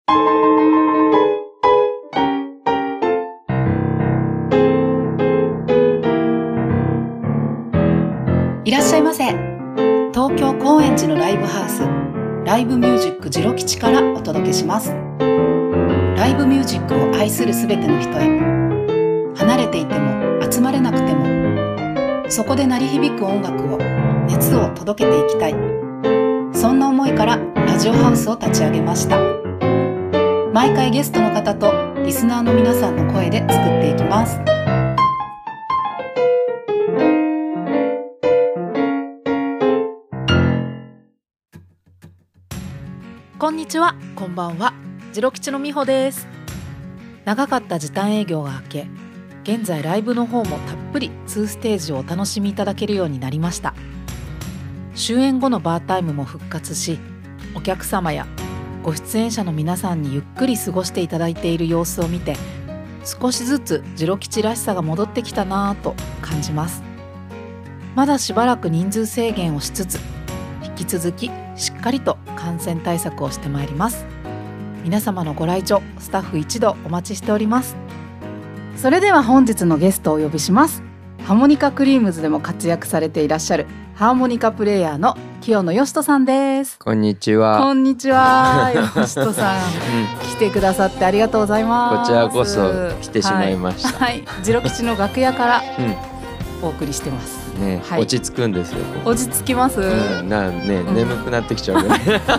いらっしゃいませ。東京高円寺のライブハウス、ライブミュージックジロ吉からお届けします。ライブミュージックを愛するすべての人へ、離れていても集まれなくても、そこで鳴り響く音楽を、熱を届けていきたい。そんな思いからラジオハウスを立ち上げました。毎回ゲストの方とリスナーの皆さんの声で作っていきます。こんにちは、こんばんは。ジロ吉のみほです。長かった時短営業が明け、現在ライブの方もたっぷり2ステージをお楽しみいただけるようになりました。終演後のバータイムも復活し、お客様やご出演者の皆さんにゆっくり過ごしていただいている様子を見て、少しずつジロ吉らしさが戻ってきたなぁと感じます。まだしばらく人数制限をしつつ、引き続きしっかりと感染対策をしてまいります。皆様のご来場、スタッフ一同お待ちしております。それでは本日のゲストをお呼びします。ハーモニカクリームズでも活躍されていらっしゃるハーモニカプレイヤーの清野義人さんです。 こんにちは。 こんにちは。義人さん、来てくださってありがとうございます。 こちらこそ来てしまいました。 はい、ジロ吉の楽屋からお送りしてます。 ね、はい、落ち着くんですよ。 落ち着きます。 眠くなってきちゃうね。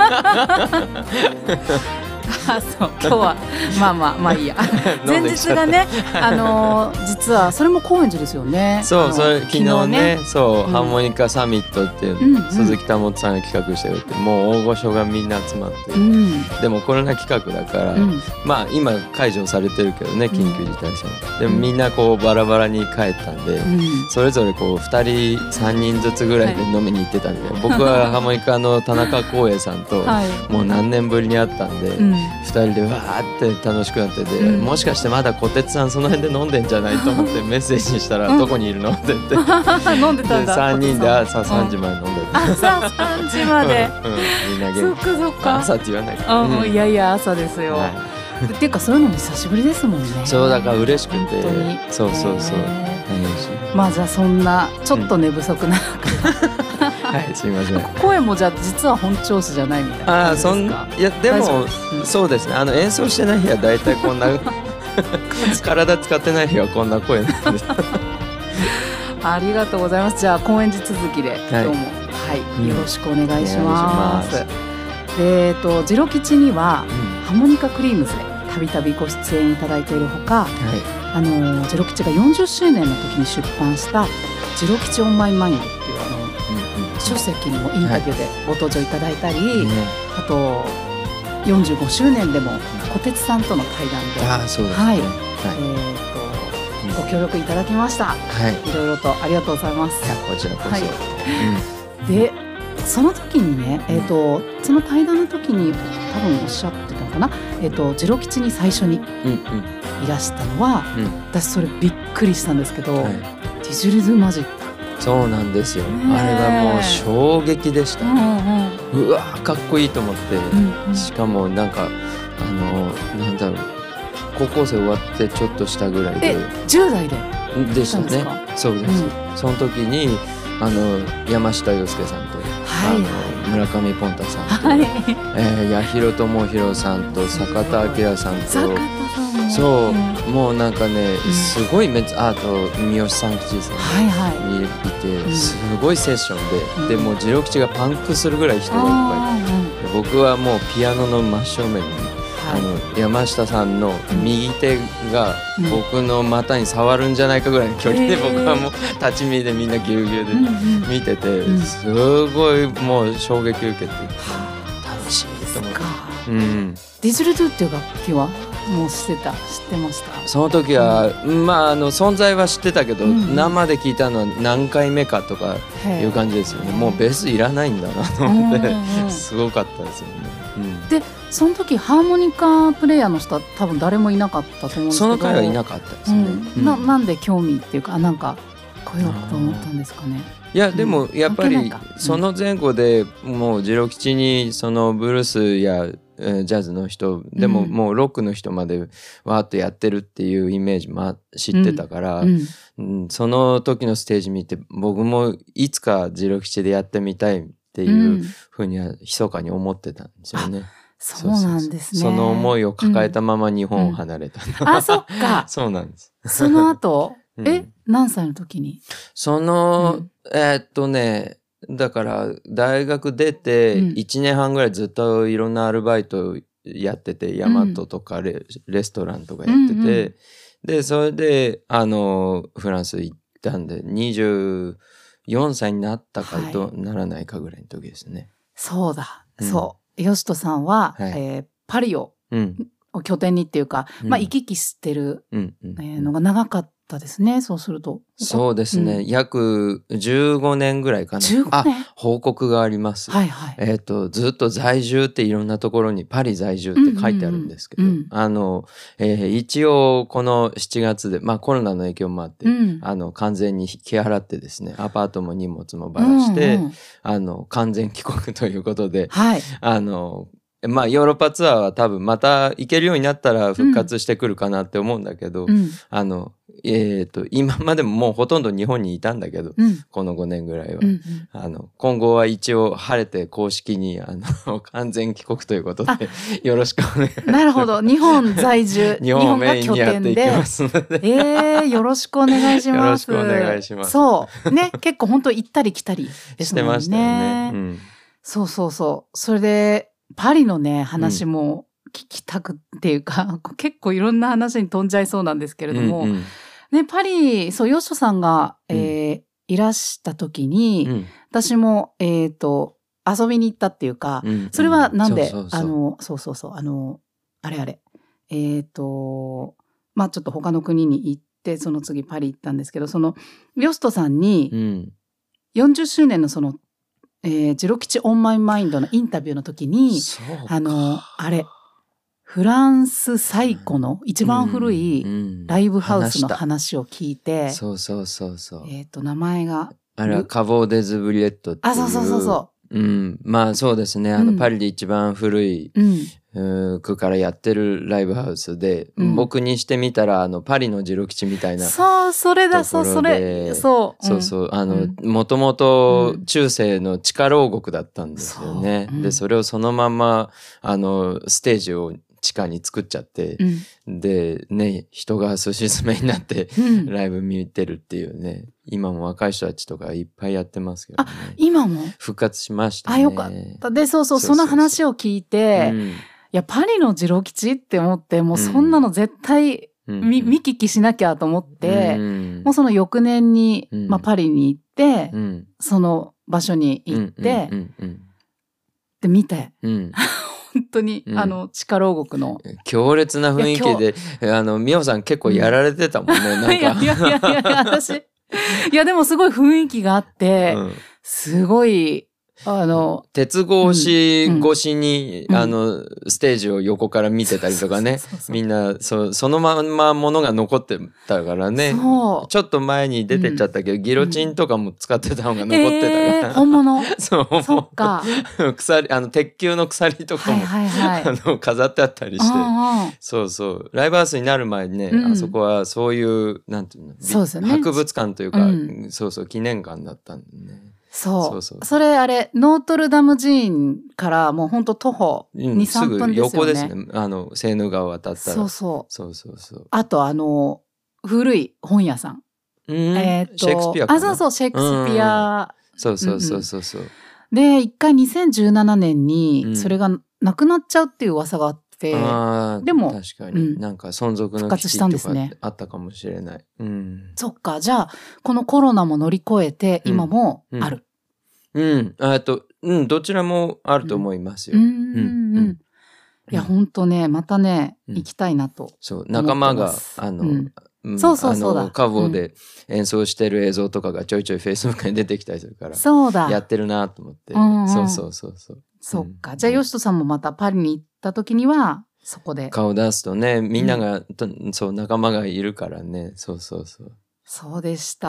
そう、今日はまあいいや。前日がね、実はそれも高円寺ですよね。 そう、それ昨日ね、そう、ハーモニカサミットっていう鈴木保さんが企画してくれて、もう大御所がみんな集まって、でもコロナ企画だから、まあ今解除されてるけどね、緊急事態宣言。でもみんなこうバラバラに帰ったんで、それぞれこう2人3人ずつぐらいで飲みに行ってたんで、僕はハーモニカの田中光栄さんともう何年ぶりに会ったんで、2人でわーって楽しくなってて、もしかしてまだ小鉄さんその辺で飲んでんじゃないと思ってメッセージしたら、どこにいるのって言って飲んでたんだ。 3人で朝3時まで飲んでた。 朝3時までみんな元気。 そっか朝って言わないから、 いやいや朝ですよ。っていうかそういうのも久しぶりですもんね。 そうだから嬉しくて、そう。 まあじゃあそんなちょっと寝不足なはい、すみません。 声もじゃあ実は本調子じゃないみたいな感じですか？ いやでもそうですね。演奏してない日はだいたいこんな体使ってない日はこんな声なんです。 ありがとうございます。じゃあ高円寺続きで今日もはいよろしくお願いします。ジロ吉にはハーモニカクリームズでたびたびご出演いただいているほか、ジロ吉が40周年の時に出版したジロ吉オンマイマインドっていう書籍にもインタビューでご登場いただいたり、あと45周年でも小鉄さんとの対談でご協力いただきました。いろいろとありがとうございます。 こちらこそ。 でその時にね、その対談の時に多分おっしゃってたのかな、ジロ吉に最初にいらしたのは、私それびっくりしたんですけど、ディジュルドゥマジック。 そうなんですよ。あれがもう衝撃でした。うわかっこいいと思って、しかもなんかなんだろう、高校生終わってちょっとしたぐらいで、 10代でしたね。そうです。その時に山下洋輔さんと、村上ポンタさんと、八尋智弘さんと坂田明さんと、そうもうなんかね、すごいあと三好三吉さんにいて、すごいセッションで、でもジロ吉がパンクするぐらい人がいっぱいいて、僕はもうピアノの真正面に山下さんの右手が僕の股に触るんじゃないかぐらいの距離で、僕はもう立ち見でみんなぎゅうぎゅうで見てて、すごいもう衝撃受けて、楽しいと思って。 ディジュルドゥっていう楽器はもう知ってました？ その時は、存在は知ってたけど、生で聞いたのは何回目かとかいう感じですよね。もうベースいらないんだなと思って、すごかったですよね。 でその時ハーモニカプレイヤーの人は多分誰もいなかったと思うんですけど、 その回はいなかったですね。 なんで興味っていうか、なんか来ようと思ったんですかね。 いやでもやっぱりその前後でもうジロ吉にそのブルースやジャズの人でももうロックの人までわーっとやってるっていうイメージも知ってたから、その時のステージ見て僕もいつかジロ吉でやってみたいっていうふうには密かに思ってたんですよね。 そうなんですね。 その思いを抱えたまま日本を離れた。 あ、そっか。 そうなんです。 その後、何歳の時に？ だから大学出て1年半ぐらいずっといろんなアルバイトやってて、ヤマトとかレストランとかやってて、で、それで、フランス行ったんで、24歳になったかとならないかぐらいの時ですね。 そうだ、そう。ヨシトさんは、パリを拠点にっていうか、行き来してるのが長かったですね、そうすると。 そうですね、約15年ぐらいかな。 15年？ 報告があります。ずっと在住っていろんなところにパリ在住って書いてあるんですけど、一応この7月で、コロナの影響もあって、完全に引き払ってですね、アパートも荷物もばらして、完全帰国ということで、ヨーロッパツアーは多分また行けるようになったら復活してくるかなって思うんだけど、今までももうほとんど日本にいたんだけど、この5年ぐらいは、今後は一応晴れて公式に完全帰国ということでよろしくお願いします。 なるほど、日本在住、 日本をメインにやっていきますので、 よろしくお願いします。 よろしくお願いします。 そうね、結構本当行ったり来たりですもんね。 してましたよね。 そう。それでパリのね話も聞きたくっていうか、結構いろんな話に飛んじゃいそうなんですけれども、ね、パリ、そう、ヨシトさんが、いらした時に、私も、遊びに行ったっていうか、それはなんで、あれ。ちょっと他の国に行って、その次パリ行ったんですけど、その、ヨシトさんに、40周年のその、ジロ吉オンマイマインドのインタビューの時に、フランス最古の一番古いライブハウスの話を聞いて、名前があれはカボーデズブリエットっていう。そうですね。パリで一番古い区からやってるライブハウスで、僕にしてみたらパリのジロ吉みたいな。 それだ、それ。 もともと中世の地下牢獄だったんですよね。で、それをそのままステージを地下に作っちゃって、でね、人がすし詰めになってライブ見てるっていうね、今も若い人たちとかいっぱいやってますけどね。 今も復活しましたね。 よかった。で、その話を聞いて、いや、パリのジロ吉って思って、もうそんなの絶対見聞きしなきゃと思って、もうその翌年に、パリに行って、その場所に行って、で、見て。本当に、地下牢獄の強烈な雰囲気で、美穂さん結構やられてたもんね、なんか。 いや、私。いや、でもすごい雰囲気があって、すごい、 鉄格子越しに、ステージを横から見てたりとかね。みんな、そのままものが残ってたからね。ちょっと前に出てっちゃったけど、ギロチンとかも使ってた方が残ってたから。 本物？ そっか。 鉄球の鎖とかも、飾ってあったりして。ライブハウスになる前にね、あそこはそういう、なんていうの、博物館というか、記念館だったんだね。 それノートルダム寺院からもうほんと徒歩2、3分ですよね。 横ですね。セーヌ川渡ったら。 あと古い本屋さん。 シェイクスピアかな。 シェイクスピア。 そう。 で、一回2017年にそれがなくなっちゃうっていう噂があって、でも確かになんか存続の危機とかあったかもしれない。 そっか、じゃあこのコロナも乗り越えて今もある。 どちらもあると思いますよ。 いや、ほんとね、またね、行きたいなと。 そう、仲間がカボーで演奏してる映像とかがちょいちょいフェイスブックに出てきたりするから、やってるなと思って。 そっか。じゃあ、ヨシトさんもまたパリに行った時には、そこで。 顔出すとね、みんなが、仲間がいるからね。 そうでした。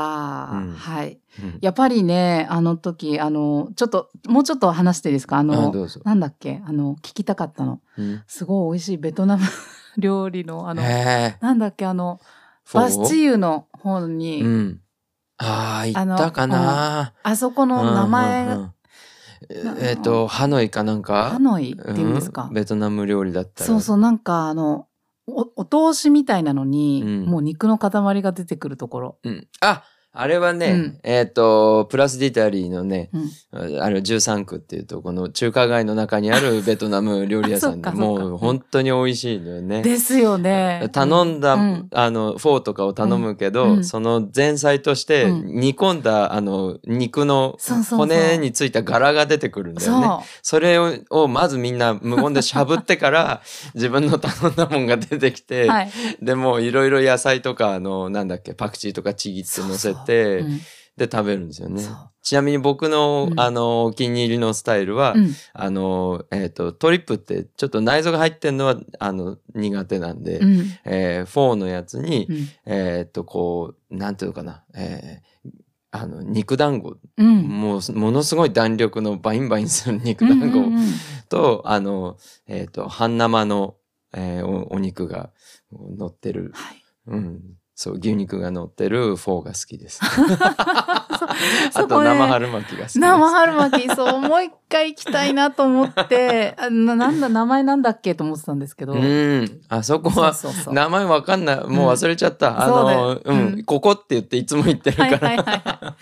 うん、 はい。 うん、 やっぱりね、あの時、ちょっと、もうちょっと話していいですか？ どうぞ。 なんだっけ、聞きたかったの。 うん、 すごい美味しいベトナム料理の、 へー、 なんだっけ、 フォバスチー、 ユの方に、 うん。ああ、行ったかうん、 な。 あそこの名うん、うん、 前、 うん。ハノイかなんか、 ハノイって言うんですか？ ベトナム料理だったら。 そうそう、なんかお通しみたいなのに、 うん。 もう肉の塊が出てくるところ。 うん。あれはね、プラスディタリーのね、 うん。 あれ13区っていうとこの中華街の中にあるベトナム料理屋さんで、 あ、そっかそっか。 もう本当に美味しいのよね。 ですよね。 頼んだ、 うん。 フォーとかを頼むけど、 うん。 その前菜として煮込んだ、肉のそうそうそう。 骨についた柄が出てくるんだよね。 そう。 それをまずみんな無言でしゃぶってから自分の頼んだもんが出てきて、 はい。 でもいろいろ野菜とかなんだっけ、パクチーとかちぎって乗せて、 そうそう。うん、 で食べるんですよね。 そう。 ちなみに僕の、 うん、 お気に入りのスタイルは、 うん、 トリップってちょっと内臓が入ってるのは苦手なんで、 うん、 フォーのやつに、 うん、 こうなんていうのかな、肉団子、 うん、 ものすごい弾力のバインバインする肉団子と、半生の、お肉が乗ってる、 はい、 うん、そう、牛肉が乗ってるフォーが好きです。 そあと生春巻きが好きです。 生春巻き、そう、もう一回行きたいなと思って、名前なんだっけと思ってたんですけど。 あそこは、名前わかんない。もう忘れちゃった。ここって言っていつも行ってるから。 はいはいはい。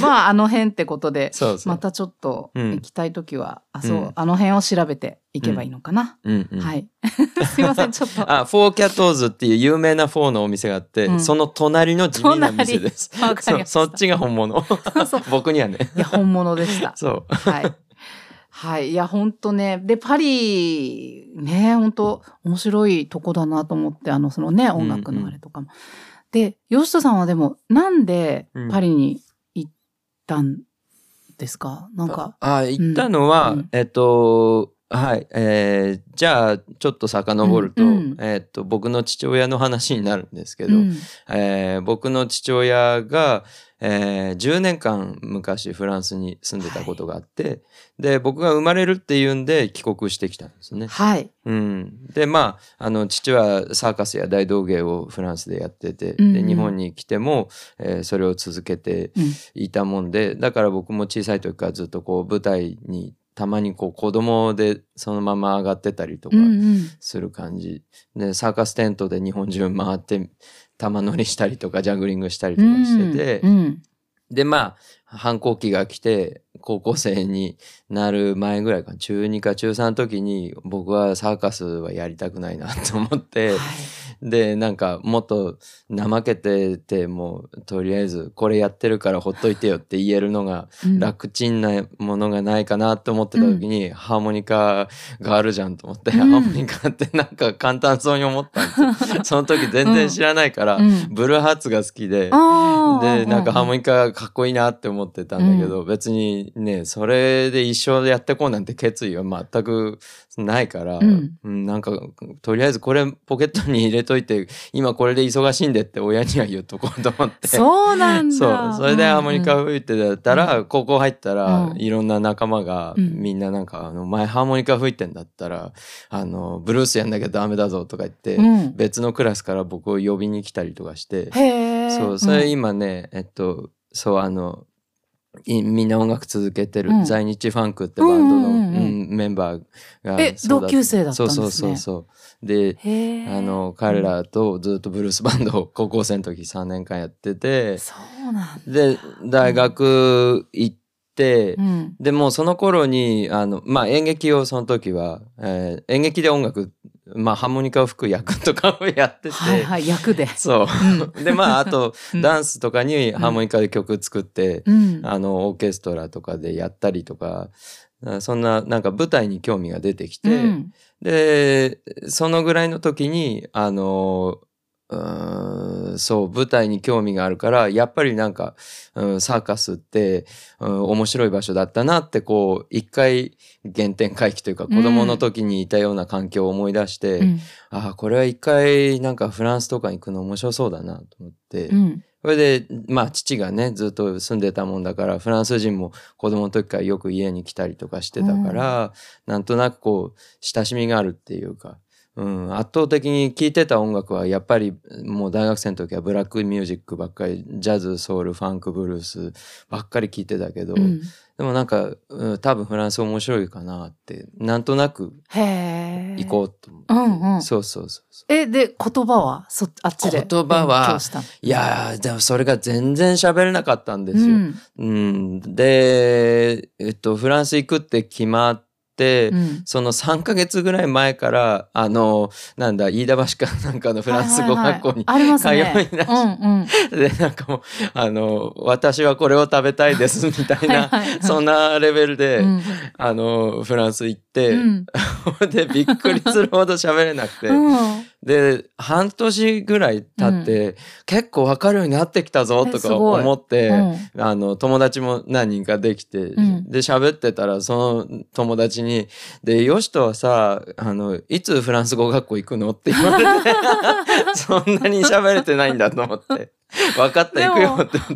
まあ、あの辺ってことで、 そうそう、 またちょっと行きたいときは、あの辺を調べて行けばいいのかな。はい。すいません、ちょっと。 フォーキャトーズっていう有名なフォーのお店があって、その隣の地味な店です。そっちが本物。僕にはね。 いや、本物でした。 そう。 はい。はい。いや、ほんとね。で、パリ、ね、ほんと面白いとこだなと思って、そのね、音楽のあれとかも。で、吉田さんはでも、なんでパリに行ったんですか？なんか。 行ったのは、はい。じゃあ、ちょっと遡ると、僕の父親の話になるんですけど、僕の父親が、10年間昔フランスに住んでたことがあって、で、僕が生まれるっていうんで帰国してきたんですね。 はい。 で、まあ、父はサーカスや大道芸をフランスでやってて、で、日本に来ても、それを続けていたもんで、だから僕も小さい時からずっとこう舞台にたまにこう子供でそのまま上がってたりとかする感じ。で、サーカステントで日本中回って玉乗りしたりとかジャグリングしたりとかしてて、で、まあ、反抗期が来て、高校生になる前ぐらいか、中2か中3の時に僕はサーカスはやりたくないなと思って、で、なんかもっと怠けててもとりあえずこれやってるからほっといてよって言えるのが楽ちんなものがないかなと思ってた時に、ハーモニカがあるじゃんと思って、ハーモニカってなんか簡単そうに思ったんですよ。その時全然知らないから、ブルーハーツが好きで、で、なんかハーモニカかっこいいなって思ってたんだけど、別にね、それで一生やってこうなんて決意は全くないから、なんかとりあえずこれポケットに入れといて今これで忙しいんでって親には言っとこうと思って。 そうなんだ。 そう、それでハーモニカ吹いてたら、高校入ったらいろんな仲間がみんななんか前ハーモニカ吹いてんだったらブルースやんなきゃダメだぞとか言って、別のクラスから僕を呼びに来たりとかして、そう、それ今ねそうみんな音楽続けてる、在日ファンクってバンドの、メンバーが同級生だったんですね。 そうで、彼らとずっとブルースバンドを高校生の時3年間やってて、 そうなんだ。 で大学行って、でもうその頃にまあ演劇をその時は、演劇で音楽、まあハーモニカを吹く役とかをやってて、 役で、 そう、でまああとダンスとかにハーモニカで曲作って、オーケストラとかでやったりとか、そんななんか舞台に興味が出てきて、でそのぐらいの時にそう舞台に興味があるからやっぱりなんか、サーカスって、面白い場所だったなってこう一回原点回帰というか子供の時にいたような環境を思い出して、これは一回なんかフランスとかに行くの面白そうだなと思って、 それでまあ父がねずっと住んでたもんだからフランス人も子供の時からよく家に来たりとかしてたから、なんとなくこう親しみがあるっていうか、圧倒的に聴いてた音楽はやっぱりもう大学生の時はブラックミュージックばっかり、ジャズ、ソウル、ファンク、ブルースばっかり聴いてたけど、でもなんか、多分フランス面白いかなってなんとなく行こうと思って、そうそうそうそう。 で言葉はあっちで言葉はいやでもそれが全然喋れなかったんですよ。でフランス行くって決まってその3ヶ月ぐらい前からなんだ飯田橋かなんかのフランス語学校に通うようになって、でなんかもう私はこれを食べたいですみたいなそんなレベルでフランス行って、でびっくりするほど喋れなくて、で半年ぐらい経って、結構分かるようになってきたぞとか思って、友達も何人かできて、で喋ってたらその友達にでヨシトはさいつフランス語学校行くのって言われてそんなに喋れてないんだと思って分かった行くよって言って。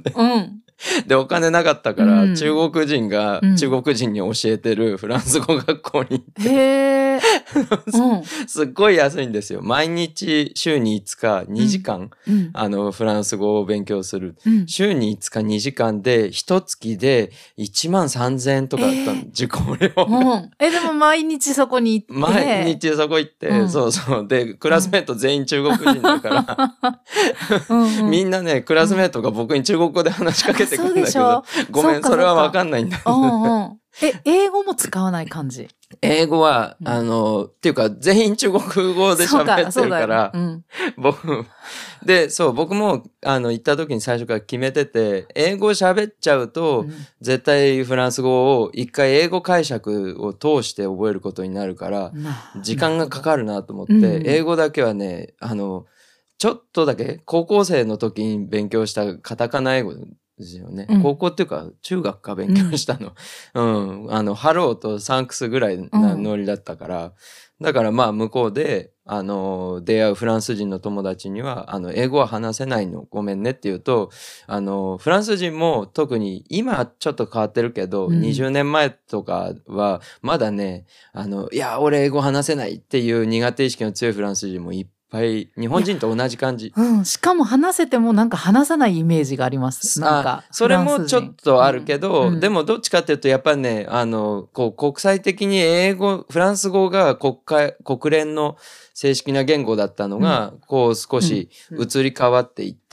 でお金なかったから、中国人が中国人に教えてるフランス語学校に行って、すっごい安いんですよ。毎日週に5日2時間、フランス語を勉強する、週に5日2時間で一月で13,000円とかだったの、受講料、 でも毎日そこに行って毎日そこ行って、そうそうでクラスメート全員中国人だからみんなねクラスメートが僕に中国語で話しかけてくるんだけど、ごめんそれは分かんないんだ英語も使わない感じ？ 英語は、っていうか全員中国語で喋ってるから、僕も行った時に最初から決めてて、英語喋っちゃうと、絶対フランス語を一回英語解釈を通して覚えることになるから、時間がかかるなと思って、英語だけはね、ちょっとだけ高校生の時に勉強したカタカナ英語ですよね。高校っていうか中学か勉強したの。ハローとサンクスぐらいなノリだったから。だからまあ向こうで、出会うフランス人の友達には、英語は話せないの。ごめんねって言うと、フランス人も特に今ちょっと変わってるけど、20年前とかはまだね、いや、俺英語話せないっていう苦手意識の強いフランス人もいっぱい日本人と同じ感じ、 しかも話せてもなんか話さないイメージがあります。なんかそれもちょっとあるけど、でもどっちかっていうとやっぱりねこう国際的にフランス語が国連の正式な言語だったのが、こう少し移り変わっていって、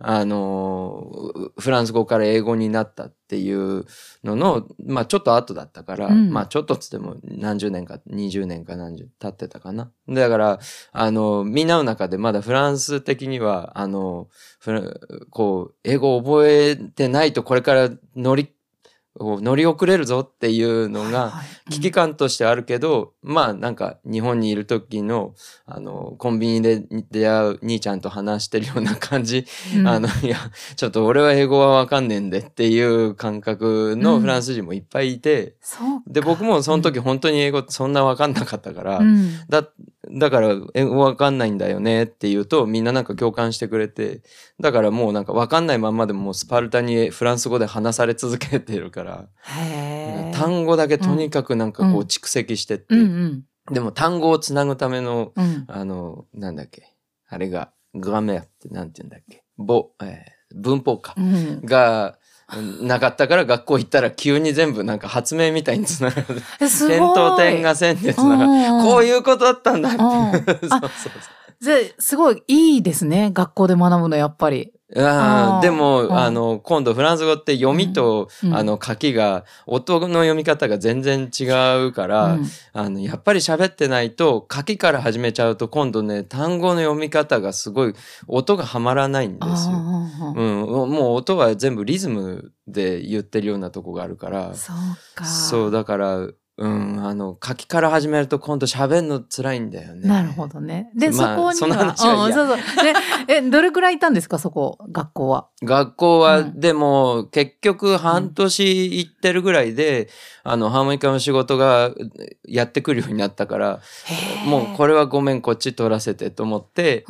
フランス語から英語になったっていうのの、まあちょっと後だったから、まあちょっとつっても何十年か、20年か何十経ってたかな。だから、みんなの中でまだフランス的には、こう、英語を覚えてないとこれから乗り遅れるぞっていうのが危機感としてあるけど、まあなんか日本にいる時のコンビニで出会う兄ちゃんと話してるような感じ、いやちょっと俺は英語はわかんねえんでっていう感覚のフランス人もいっぱいいて、で僕もその時本当に英語そんなわかんなかったから、だから英語わかんないんだよねって言うとみんななんか共感してくれて、だからもうなんかわかんないまんまでももうスパルタにフランス語で話され続けてるから、単語だけとにかくなんかこう蓄積してって、でも単語をつなぐための、なんだっけあれがグラメアってなんて言うんだっけ文法か、がなかったから学校行ったら急に全部なんか発明みたいにつながる。点と点が線でつながる。こういうことだったんだって。 すごいいいですね。学校で学ぶのやっぱり。 でも今度フランス語って読みと、書きが音の読み方が全然違うから、やっぱり喋ってないと書きから始めちゃうと今度ね単語の読み方がすごい音がはまらないんですよ。もう音は全部リズムで言ってるようなとこがあるから。そうだから書きから始めると今度喋るの辛いんだよね。なるほどね。で、そこにその話はで、どれくらいいたんですか、そこ、学校は。 学校は、でも、結局半年行ってるぐらいで、ハーモニカの仕事がやってくるようになったから、もうこれはごめん、こっち取らせてと思って、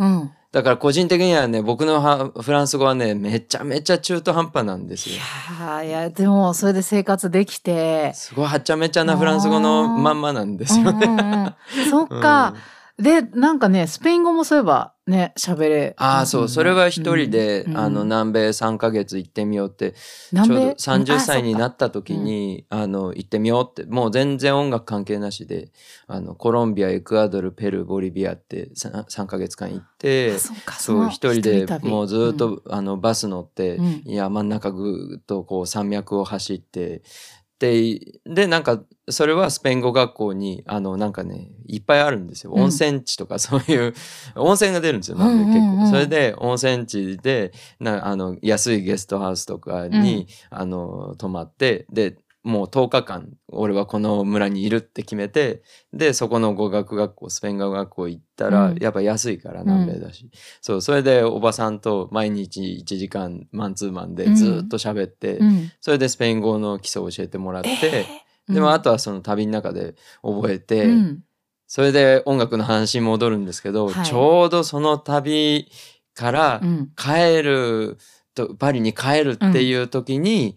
だから個人的にはね、僕のフランス語はね、めちゃめちゃ中途半端なんですよ。 いやでもそれで生活できて、 すごいはちゃめちゃなフランス語のまんまなんですよね。 そっか、でなんかねスペイン語もそういえばね喋れ、 そう、それは一人で、南米3ヶ月行ってみようって、ちょうど30歳になった時に、行ってみようって、もう全然音楽関係なしで、コロンビア、エクアドル、ペルー、ボリビアって3ヶ月間行って、そう、一人でもうずっと、バス乗って、山ん中ぐーっとこう山脈を走って、で、なんか、それはスペイン語学校に、なんかね、いっぱいあるんですよ。温泉地とかそういう、温泉が出るんですよ、結構。それで、温泉地で、安いゲストハウスとかに、泊まって、で、もう10日間、俺はこの村にいるって決めて、で、そこの語学学校、スペイン語学校行ったら、やっぱ安いから南米だし。そう、それでおばさんと毎日1時間マンツーマンでずっと喋って、それでスペイン語の基礎を教えてもらって、でもあとはその旅の中で覚えて、それで音楽の話に戻るんですけど、ちょうどその旅から帰ると、パリに帰るっていう時に、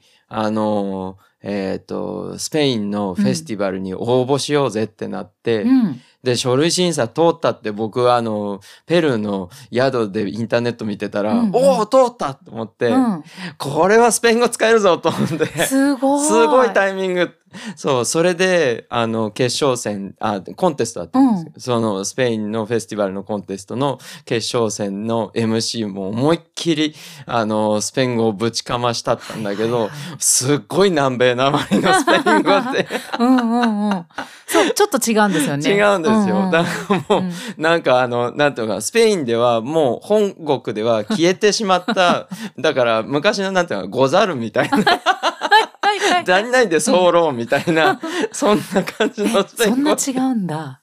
スペインのフェスティバルに応募しようぜってなって、で、書類審査通ったって僕はペルーの宿でインターネット見てたら、おお、通ったと思って、これはスペイン語使えるぞと思って、すごいタイミング。そう、それで、決勝戦、コンテストだったんですよ。そのスペインのフェスティバルのコンテストの決勝戦の MC も思いっきり、スペイン語をぶちかましたったんだけど、すっごい南米なまりのスペイン語って。 そう、ちょっと違うんですよね。 違うんですよ。だからもう、なんかなんていうか、スペインではもう本国では消えてしまった、だから昔のなんていうか、ござるみたいな。何々で候みたいな、そんな感じのスペイン語。 そんな違うんだ。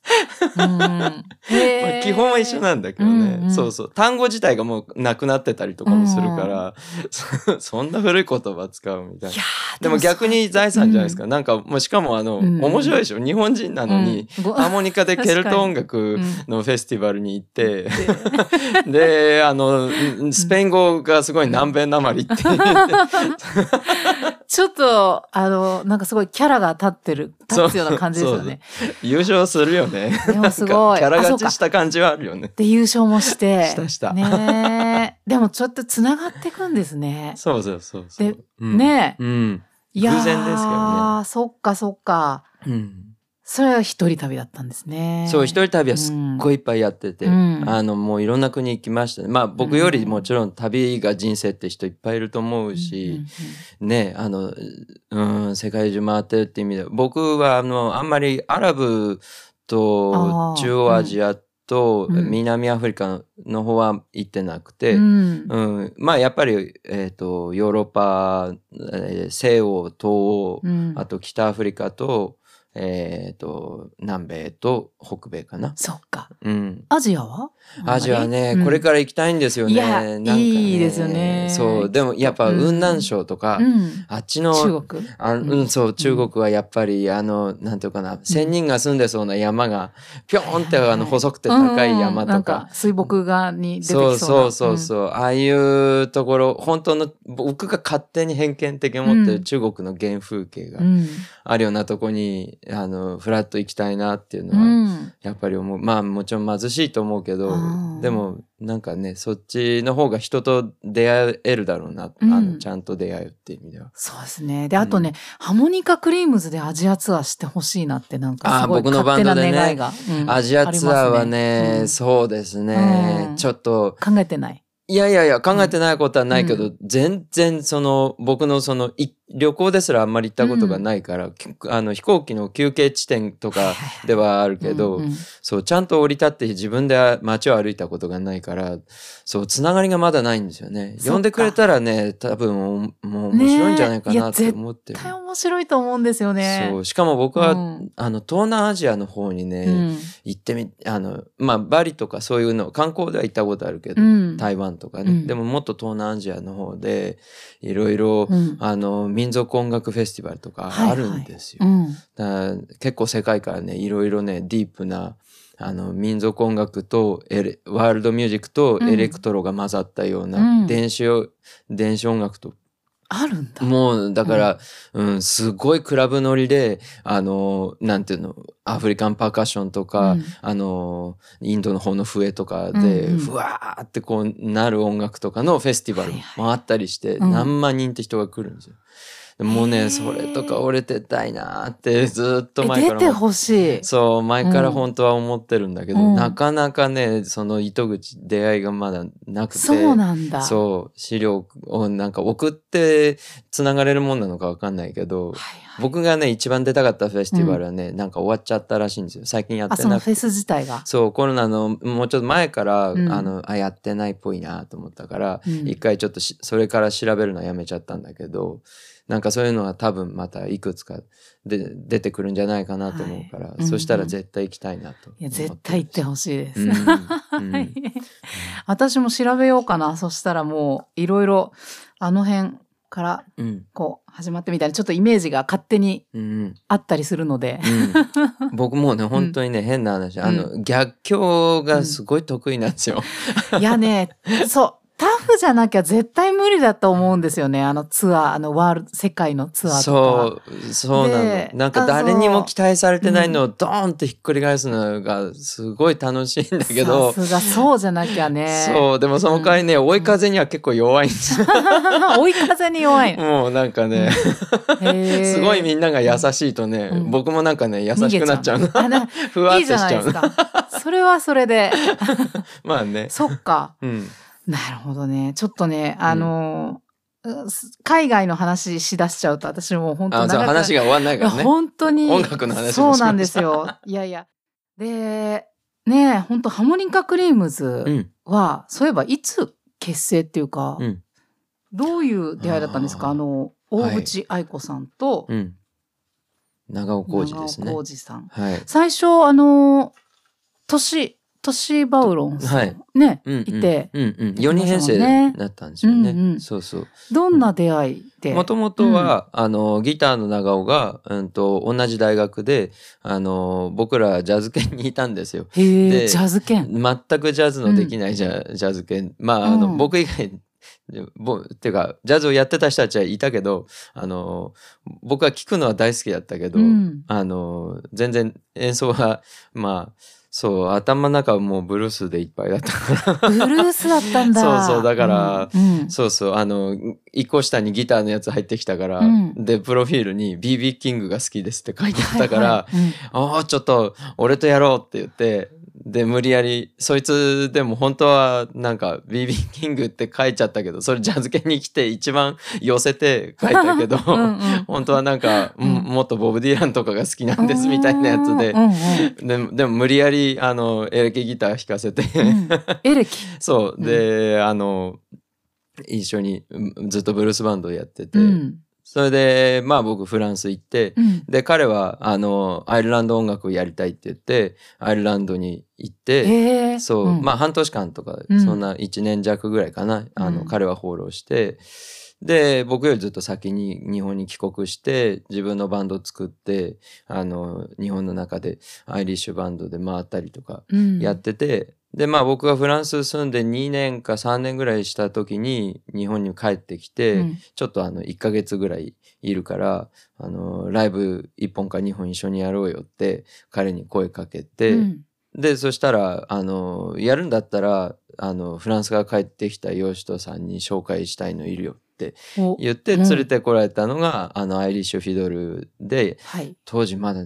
基本は一緒なんだけどね。そうそう。単語自体がもうなくなってたりとかもするから、そんな古い言葉使うみたいな。でも逆に財産じゃないですか。なんか、もうしかも面白いでしょ。日本人なのに、ハーモニカでケルト音楽のフェスティバルに行って、で、スペイン語がすごい南米なまりっていう。 ちょっと、なんかすごいキャラが立つような感じですよね。 優勝するよね。 でもすごい。 キャラ勝ちした感じはあるよね。 で、優勝もして。 した。 ねえ。でもちょっと繋がっていくんですね。 そう。 で、ねえ。 偶然ですけどね。 そっか。それは一人旅だったんですね。 そう、一人旅はすっごいいっぱいやってて、もういろんな国行きましたね。まあ僕よりもちろん旅が人生って人いっぱいいると思うし、ね、世界中回ってるって意味で、僕はあんまりアラブと中央アジアと南アフリカの方は行ってなくて、まあやっぱり、ヨーロッパ、西欧、東欧、あと北アフリカと、南米と北米かな。 そっか。アジアは？ アジアね、これから行きたいんですよね。なんかね、 いいですよね。 そう、でもやっぱ雲南省とか、あっちの、 中国？ そう、中国はやっぱり、なんていうかな、1000人が住んでそうな山が、ぴょんって細くて高い山とか。 水墨画に出てきそうな。 そう。ああいうところ、本当の、僕が勝手に偏見的に思ってる中国の原風景があるようなとこに、フラッと行きたいなっていうのは、やっぱり思う。まあもちろん貧しいと思うけど、でもなんかね、そっちの方が人と出会えるだろうな。ちゃんと出会えるっていう意味では。 そうですね。で、あとね、ハモニカクリームズでアジアツアーしてほしいなってなんかすごい勝手な願いが。 アジアツアーはね、そうですね。ちょっと。 考えてない。 いや、考えてないことはないけど、全然僕の旅行ですらあんまり行ったことがないから、飛行機の休憩地点とかではあるけど、そう、ちゃんと降り立って自分で街を歩いたことがないから、そう、つながりがまだないんですよね。呼んでくれたらね、多分もう面白いんじゃないかなって思ってる。 絶対面白いと思うんですよね。 そう、しかも僕は、東南アジアの方にね、行ってまあ、バリとかそういうの、観光では行ったことあるけど、台湾とかね、でももっと東南アジアの方で、いろいろ、民族音楽フェスティバルとかあるんですよ。だから結構世界からね、いろいろね、ディープな、 民族音楽とワールドミュージックとエレクトロが混ざったような電子音楽とあるんだ。 もうだから、すごいクラブ乗りでなんていうの、アフリカンパーカッションとか、インドの方の笛とかで、ふわーってこうなる音楽とかのフェスティバルもあったりして、何万人って人が来るんですよ。もうね、それとか俺出たいなーってずっと前から出てほしい。 そう、前から本当は思ってるんだけど、なかなかね、その糸口、出会いがまだなくて。 そうなんだ。 そう、資料をなんか送って繋がれるもんなのかわかんないけど、僕がね、一番出たかったフェスティバルはね、なんか終わっちゃったらしいんですよ。最近やってなくて。 そのフェス自体が。 そう、コロナのもうちょっと前から、やってないっぽいなと思ったから、一回ちょっとそれから調べるのはやめちゃったんだけど、なんかそういうのは多分またいくつかで出てくるんじゃないかなと思うから、そしたら絶対行きたいなと。 いや、絶対行ってほしいです。私も調べようかな。そしたらもういろいろあの辺からこう始まってみたいな、ちょっとイメージが勝手にあったりするので。 僕もね、本当にね、変な話、逆境がすごい得意なんですよ。 いやね、そう。タフじゃなきゃ絶対無理だと思うんですよね。ツアー、世界のツアーとか。 そうなの。なんか誰にも期待されてないのをドーンってひっくり返すのがすごい楽しいんだけど。 さすがそうじゃなきゃね。 そう、でもその代わりね、追い風には結構弱いんですよ。 追い風に弱い。 もうなんかね、すごいみんなが優しいとね、僕もなんかね、優しくなっちゃうの。ふわってしちゃう。いいじゃないですか。 それはそれで。 まあね。 そっか。なるほどね。ちょっとね、海外の話しだしちゃうと、私も本当に話が終わんないからね。 本当に。 音楽の話そうなんですよ。いやいや。で、ね、本当ハモニカクリームズは、そういえばいつ結成っていうか、どういう出会いだったんですか？大渕愛子さんと、 長尾浩二ですね。 長尾浩二さん。 最初、トシバウロンさんね、いて。 4人編成だったんですよね。そうそう。 どんな出会いで？ もともとは、ギターの長尾が、同じ大学で、僕らジャズ研にいたんですよ。 へえ、ジャズ研。 全くジャズのできないジャズ研。まあ、僕以外、っていうか、ジャズをやってた人たちはいたけど、僕は聴くのは大好きだったけど、全然演奏は、まあ、そう、頭の中はもうブルースでいっぱいだったから。 ブルースだったんだ。 そうそう、だから、そうそう、一個下にギターのやつ入ってきたから、で、プロフィールに BB キングが好きですって書いてあったから、ちょっと、俺とやろうって言って、で、無理やり、そいつでも本当はなんか BB キングって書いちゃったけど、それジャズ系に来て一番寄せて書いたけど、本当はなんか、もっとボブ・ディランとかが好きなんですみたいなやつで、でも無理やりエレキギター弾かせて、 エレキそう、で、一緒にずっとブルースバンドやってて、それで、まあ僕フランス行って、で、彼は、アイルランド音楽をやりたいって言って、アイルランドに行って、そう、まあ半年間とか、そんな1年弱ぐらいかな、彼は放浪して、で、僕よりずっと先に日本に帰国して、自分のバンドを作って、日本の中でアイリッシュバンドで回ったりとかやってて、で、まあ僕がフランス住んで2年か3年ぐらいした時に日本に帰ってきて、ちょっと1ヶ月ぐらいいるから、ライブ1本か2本一緒にやろうよって彼に声かけて、で、そしたら、やるんだったら、フランスから帰ってきたヨシトさんに紹介したいのいるよって言って連れてこられたのが、アイリッシュフィドルで、当時まだ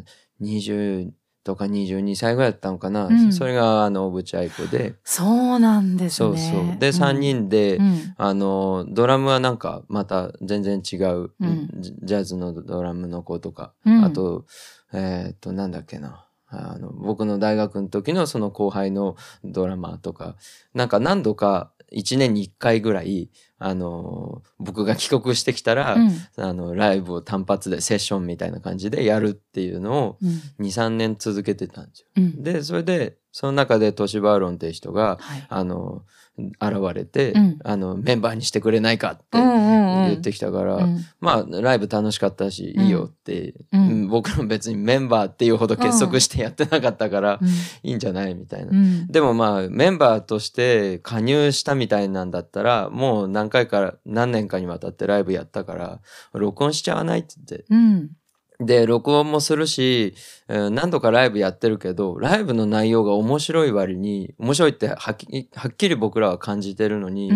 20とか22歳ぐらいだったのかな、それが小渕愛子で、 そうなんですね。 そうそうで3人で、ドラムはなんかまた全然違う、ジャズのドラムの子とか、あとなんだっけな、僕の大学の時のその後輩のドラマーとか、なんか何度か1年に1回ぐらい僕が帰国してきたら、ライブを単発でセッションみたいな感じでやるっていうのを2、3年続けてたんですよ。で、それで、その中でトシバーロンっていう人が、現れて、メンバーにしてくれないかって言ってきたから、まあ、ライブ楽しかったし、いいよって、僕も別にメンバーっていうほど結束してやってなかったから、いいんじゃないみたいな。でもまあ、メンバーとして加入したみたいなんだったら、もう何年かにわたってライブやったから、録音しちゃわないって言って。で、録音もするし、何度かライブやってるけど、ライブの内容が面白い割に、面白いってはっきり僕らは感じてるのに、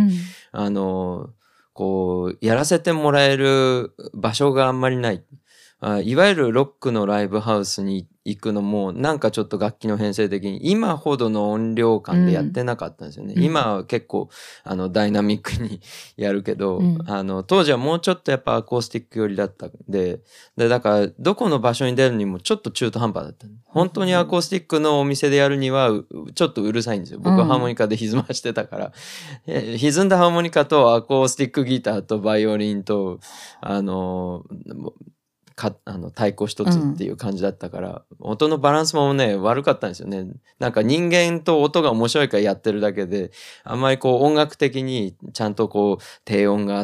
こう、やらせてもらえる場所があんまりない。いわゆるロックのライブハウスに行くのも、なんかちょっと楽器の編成的に今ほどの音量感でやってなかったんですよね。今は結構、ダイナミックにやるけど、当時はもうちょっとやっぱアコースティック寄りだったんで、だから、どこの場所に出るにもちょっと中途半端だった。本当にアコースティックのお店でやるには、ちょっとうるさいんですよ。僕はハーモニカで歪ましてたから。歪んだハーモニカとアコースティックギターとバイオリンと、太鼓一つっていう感じだったから、音のバランスもね、悪かったんですよね。なんか人間と音が面白いからやってるだけで、あんまりこう音楽的にちゃんとこう低音があって、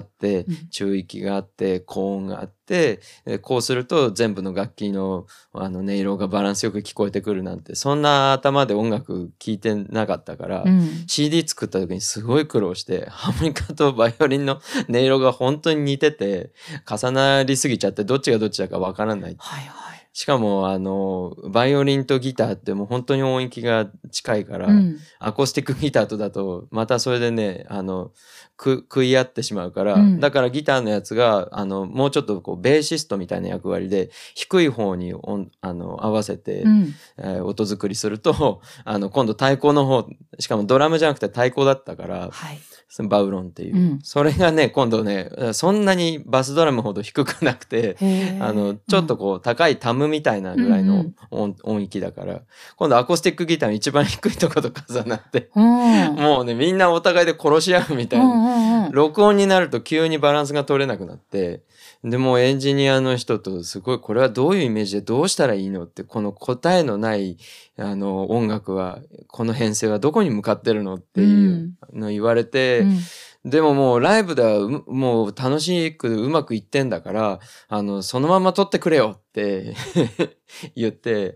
中域があって、高音があって、こうすると全部の楽器の音色がバランスよく聞こえてくるなんて、そんな頭で音楽聴いてなかったから、CD 作った時にすごい苦労して、ハーモニカとバイオリンの音色が本当に似てて、重なりすぎちゃってどっちがどっちだかわからない。しかもバイオリンとギターってもう本当に音域が近いから、アコースティックギターとだとまたそれでね、食い合ってしまうから、だからギターのやつがもうちょっとこうベーシストみたいな役割で低い方に合わせて、音作りすると今度太鼓の方、しかもドラムじゃなくて太鼓だったから、バウロンっていう、それがね今度ねそんなにバスドラムほど低くなくてちょっとこう高いタムみたいなぐらいの音域だから、今度アコースティックギターの一番低いとこと重なって、もうねみんなお互いで殺し合うみたいな、録音になると急にバランスが取れなくなって、でもエンジニアの人とすごいこれはどういうイメージでどうしたらいいのって、この答えのない音楽はこの編成はどこに向かってるのっていうの言われて、でももうライブではもう楽しくうまくいってんだからそのまま撮ってくれよって言って、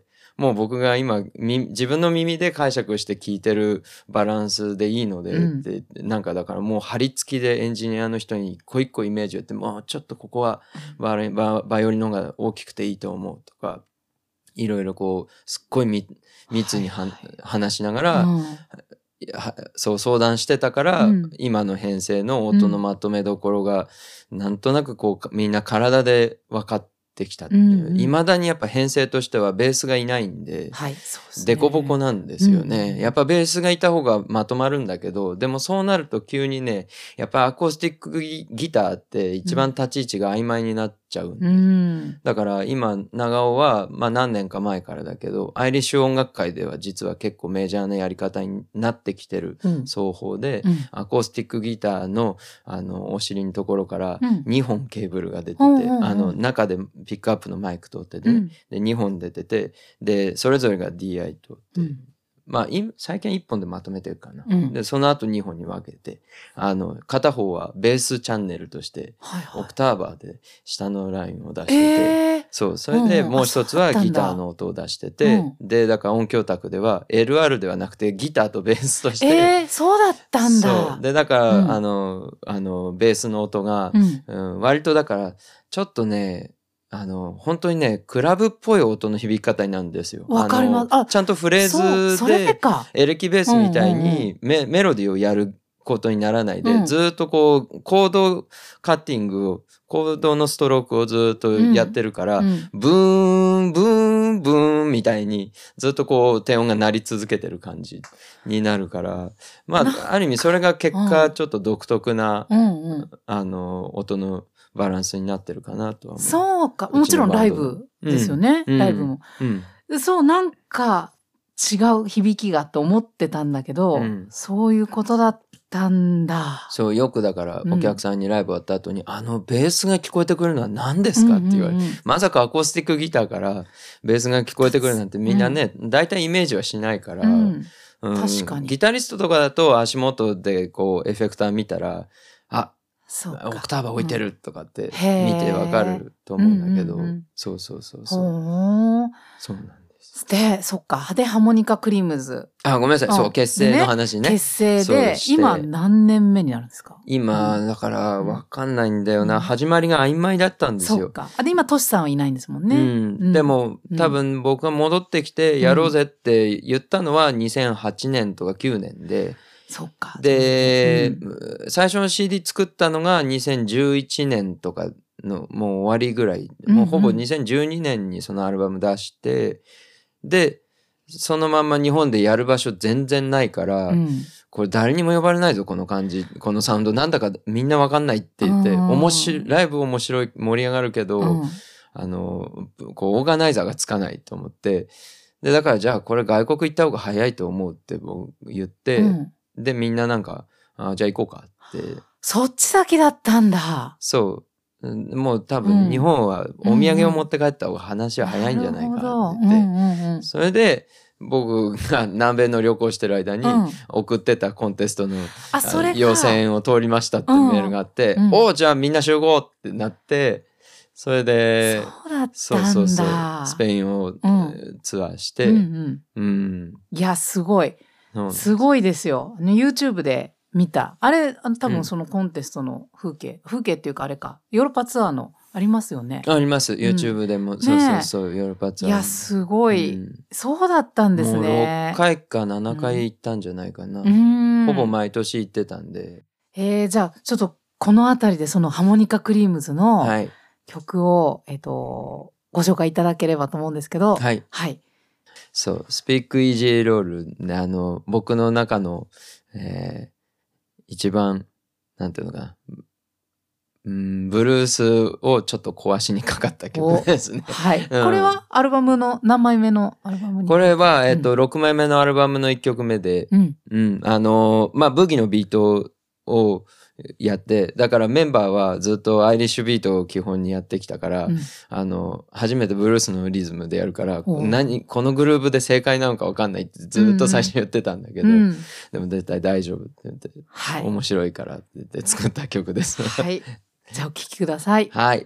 もう僕が今自分の耳で解釈して聴いてるバランスでいいのでって、なんかだからもう張り付きでエンジニアの人に一個一個イメージを言って、もうちょっとここはバイオリンの方が大きくていいと思うとか、いろいろこうすっごい密に話しながら、そう相談してたから、今の編成の音のまとめどころがなんとなくこうみんな体で分かってきたっていう。未だにやっぱ編成としてはベースがいないんで、デコボコなんですよね。やっぱベースがいた方がまとまるんだけど、でもそうなると急にね、やっぱアコースティックギターって一番立ち位置が曖昧になっちゃうんで、だから今長尾は何年か前からだけど、アイリッシュ音楽界では実は結構メジャーなやり方になってきてる奏法で、アコースティックギターのお尻のところから2本ケーブルが出てて、中でピックアップのマイク通ってて、で2本出てて、でそれぞれが DI とって、最近1本でまとめてるかな、でその後2本に分けて、片方はベースチャンネルとしてオクターバーで下のラインを出してて、それでもう一つはギターの音を出してて、でだから音響卓では LR ではなくてギターとベースとして、 そうだったんだ。 そうでだから、ベースの音が、割とだからちょっとね本当にね、クラブっぽい音の響き方になるんですよ。 わかります。 ちゃんとフレーズで、エレキベースみたいにメロディーをやることにならないで、ずっとこう、コードカッティングを、コードのストロークをずっとやってるから、ブーン、ブーン、ブーンみたいに、ずっとこう、低音が鳴り続けてる感じになるから、ある意味それが結果、ちょっと独特な、音の、バランスになってるかなとは思う。そうか。 もちろんライブですよね。ライブも。そう、なんか、 違う響きがと思ってたんだけど、うん、そういうことだったんだ。 そう、よくだからお客さんにライブ終わった後に、ベースが聞こえてくるのは何ですかって言われて、まさかアコースティックギターからベースが聞こえてくるなんてみんなね、大体イメージはしないから、 確かに。 ギタリストとかだと足元でこうエフェクター見たら、オクターブ置いてるとかって見てわかると思うんだけど、そう。そうなんです。 で、そっか。で、ハーモニカクリームズ。 ごめんなさい。そう、結成の話ね。 結成で、今何年目になるんですか？ 今、だからわかんないんだよな。始まりが曖昧だったんですよ。 そっか。で、今、トシさんはいないんですもんね。 でも、多分僕が戻ってきてやろうぜって言ったのは2008年とか9年で、 そっか。 で、最初の CD 作ったのが2011年とかのもう終わりぐらい、もうほぼ2012年にそのアルバム出して、で、そのまんま日本でやる場所全然ないから、これ誰にも呼ばれないぞ、この感じ、このサウンド、なんだかみんなわかんないって言って、ライブ面白い、盛り上がるけど、こう、オーガナイザーがつかないと思って、で、だからじゃあこれ外国行った方が早いと思うって言って、で、みんななんか、じゃあ行こうかって。 そっち先だったんだ。 そう。もう多分日本はお土産を持って帰った方が話は早いんじゃないかって言って。それで、僕が南米の旅行してる間に送ってたコンテストの予選を通りましたってメールがあって、じゃあみんな集合ってなって、それで、 そうスペインをツアーして、 いや、すごい。すごいですよ。YouTube で見た。あれ、多分そのコンテストの風景っていうかあれか、ヨーロッパツアーのありますよね。 あります。YouTube でも。そう、ヨーロッパツアー。 いや、すごい。そうだったんですね。 もう6回か7回行ったんじゃないかな。ほぼ毎年行ってたんで。 じゃあ、ちょっとこのあたりでそのハーモニカクリームズの曲を、ご紹介いただければと思うんですけど。 はい。そう、スピークイージーロールね、僕の中の、一番、なんていうのかな、ブルースをちょっと壊しにかかった曲ですね。 はい。これはアルバムの何枚目のアルバムに？ これは、6枚目のアルバムの1曲目で、ブギのビートをやって、だからメンバーはずっとアイリッシュビートを基本にやってきたから、初めてブルースのリズムでやるから、このグルーブで正解なのか分かんないってずっと最初言ってたんだけど、でも絶対大丈夫って言って、面白いからって言って作った曲です。 はい。じゃあお聴きください。 はい。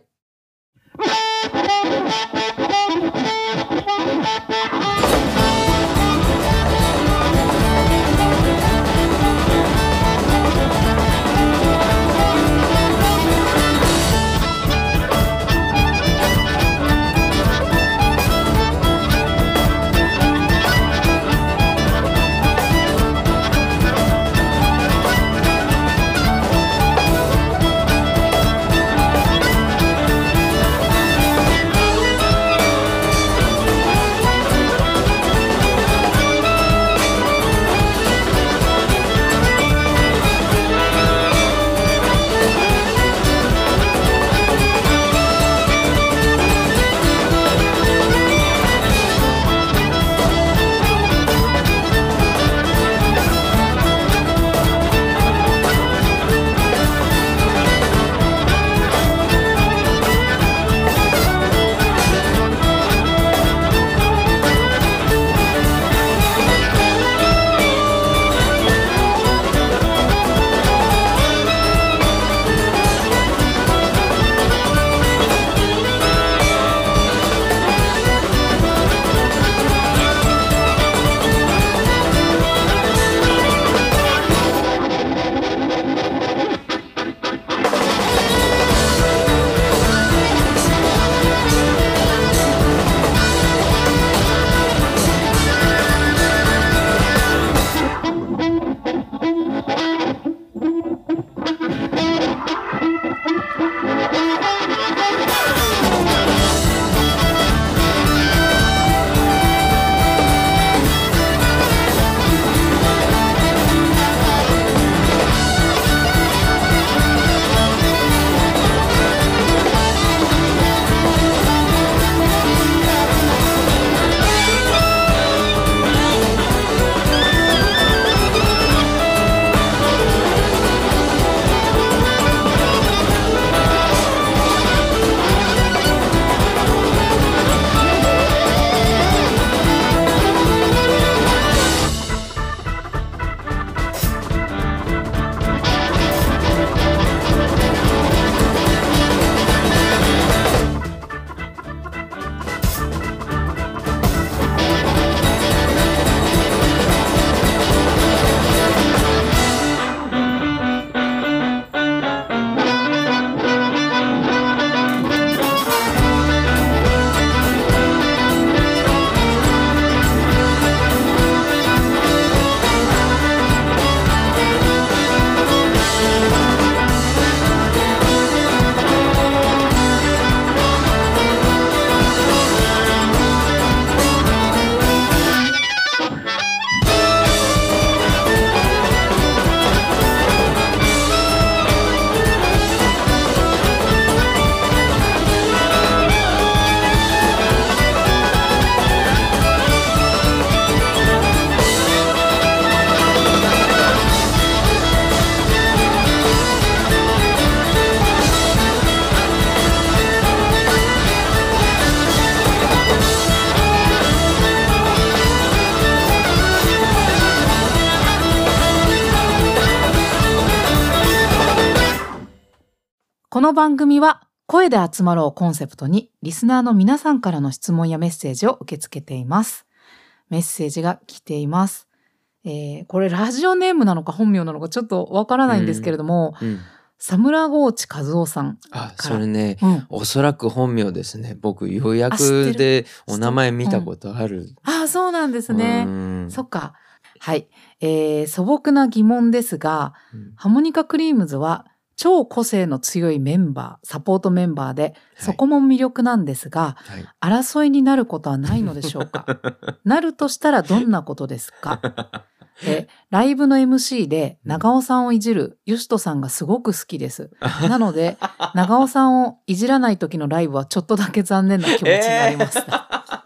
この番組は声で集まろうコンセプトにリスナーの皆さんからの質問やメッセージを受け付けています。メッセージが来ています。これラジオネームなのか本名なのかちょっとわからないんですけれども、サムラゴーチ和夫さんから。 それね、おそらく本名ですね。僕予約でお名前見たことある。 そうなんですね。そっか。はい、素朴な疑問ですが、ハモニカクリームズは超個性の強いメンバー、サポートメンバーで、そこも魅力なんですが、争いになることはないのでしょうか？なるとしたらどんなことですか？ライブの MC で長尾さんをいじるヨシトさんがすごく好きです。なので、長尾さんをいじらない時のライブはちょっとだけ残念な気持ちになりました。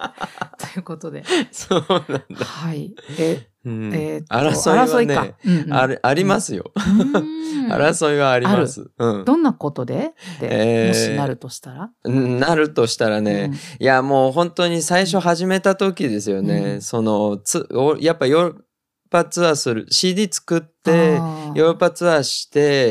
ということで。 そうなんだ。 はい。 争いはね、ありますよ。争いはあります。 どんなことでもしなるとしたら？ なるとしたらね、いやもう本当に最初始めた時ですよね。やっぱヨーロッパツアーする、CD 作って、ヨーロッパツアーして、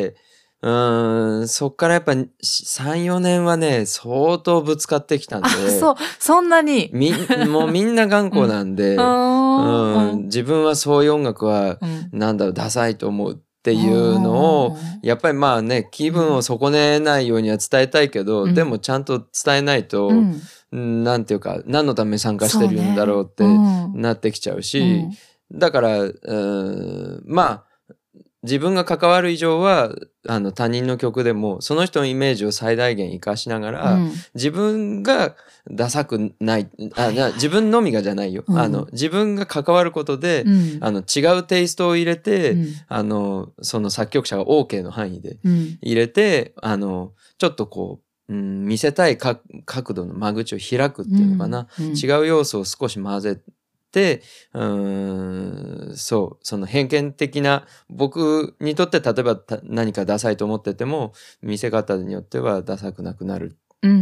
そっからやっぱ3、4年はね、相当ぶつかってきたんで。 そんなにもうみんな頑固なんで、自分はそういう音楽は、ダサいと思うっていうのを、やっぱりまあね、気分を損ねないようには伝えたいけど、でもちゃんと伝えないと、なんていうか、何のために参加してるんだろうってなってきちゃうし、だから、まあ、自分が関わる以上は他人の曲でもその人のイメージを最大限活かしながら、自分がダサくない、自分のみがじゃないよ、自分が関わることで、違うテイストを入れて、その作曲者が OK の範囲で入れて、ちょっとこう、見せたい角度の間口を開くっていうのかな、違う要素を少し混ぜて、その偏見的な、僕にとって例えば何かダサいと思ってても見せ方によってはダサくなくなる。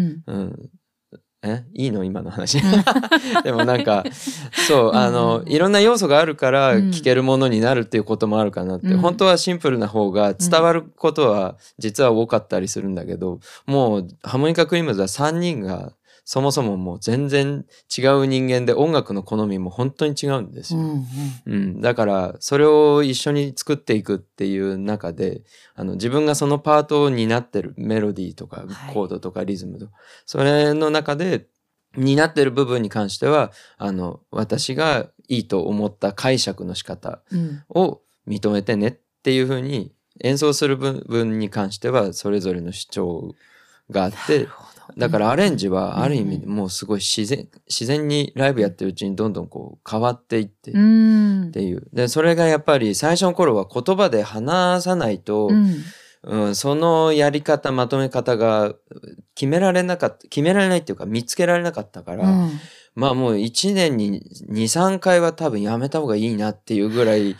いいの今の話。でもなんかそういろんな要素があるから聴けるものになるっていうこともあるかなって、本当はシンプルな方が伝わることは実は多かったりするんだけど、もうハーモニカクリームズは3人がそもそももう全然違う人間で音楽の好みも本当に違うんですよ。だからそれを一緒に作っていくっていう中で自分がそのパートを担ってるメロディーとかコードとかリズムと、それの中で担ってる部分に関しては私がいいと思った解釈の仕方を認めてねっていうふうに、演奏する部分に関してはそれぞれの主張があって、だからアレンジはある意味もうすごい自然にライブやってるうちにどんどんこう変わっていってっていう。で、それがやっぱり最初の頃は言葉で話さないと、そのやり方、まとめ方が決められないっていうか見つけられなかったから、まあもう1年に2、3回は多分やめた方がいいなっていうぐらい、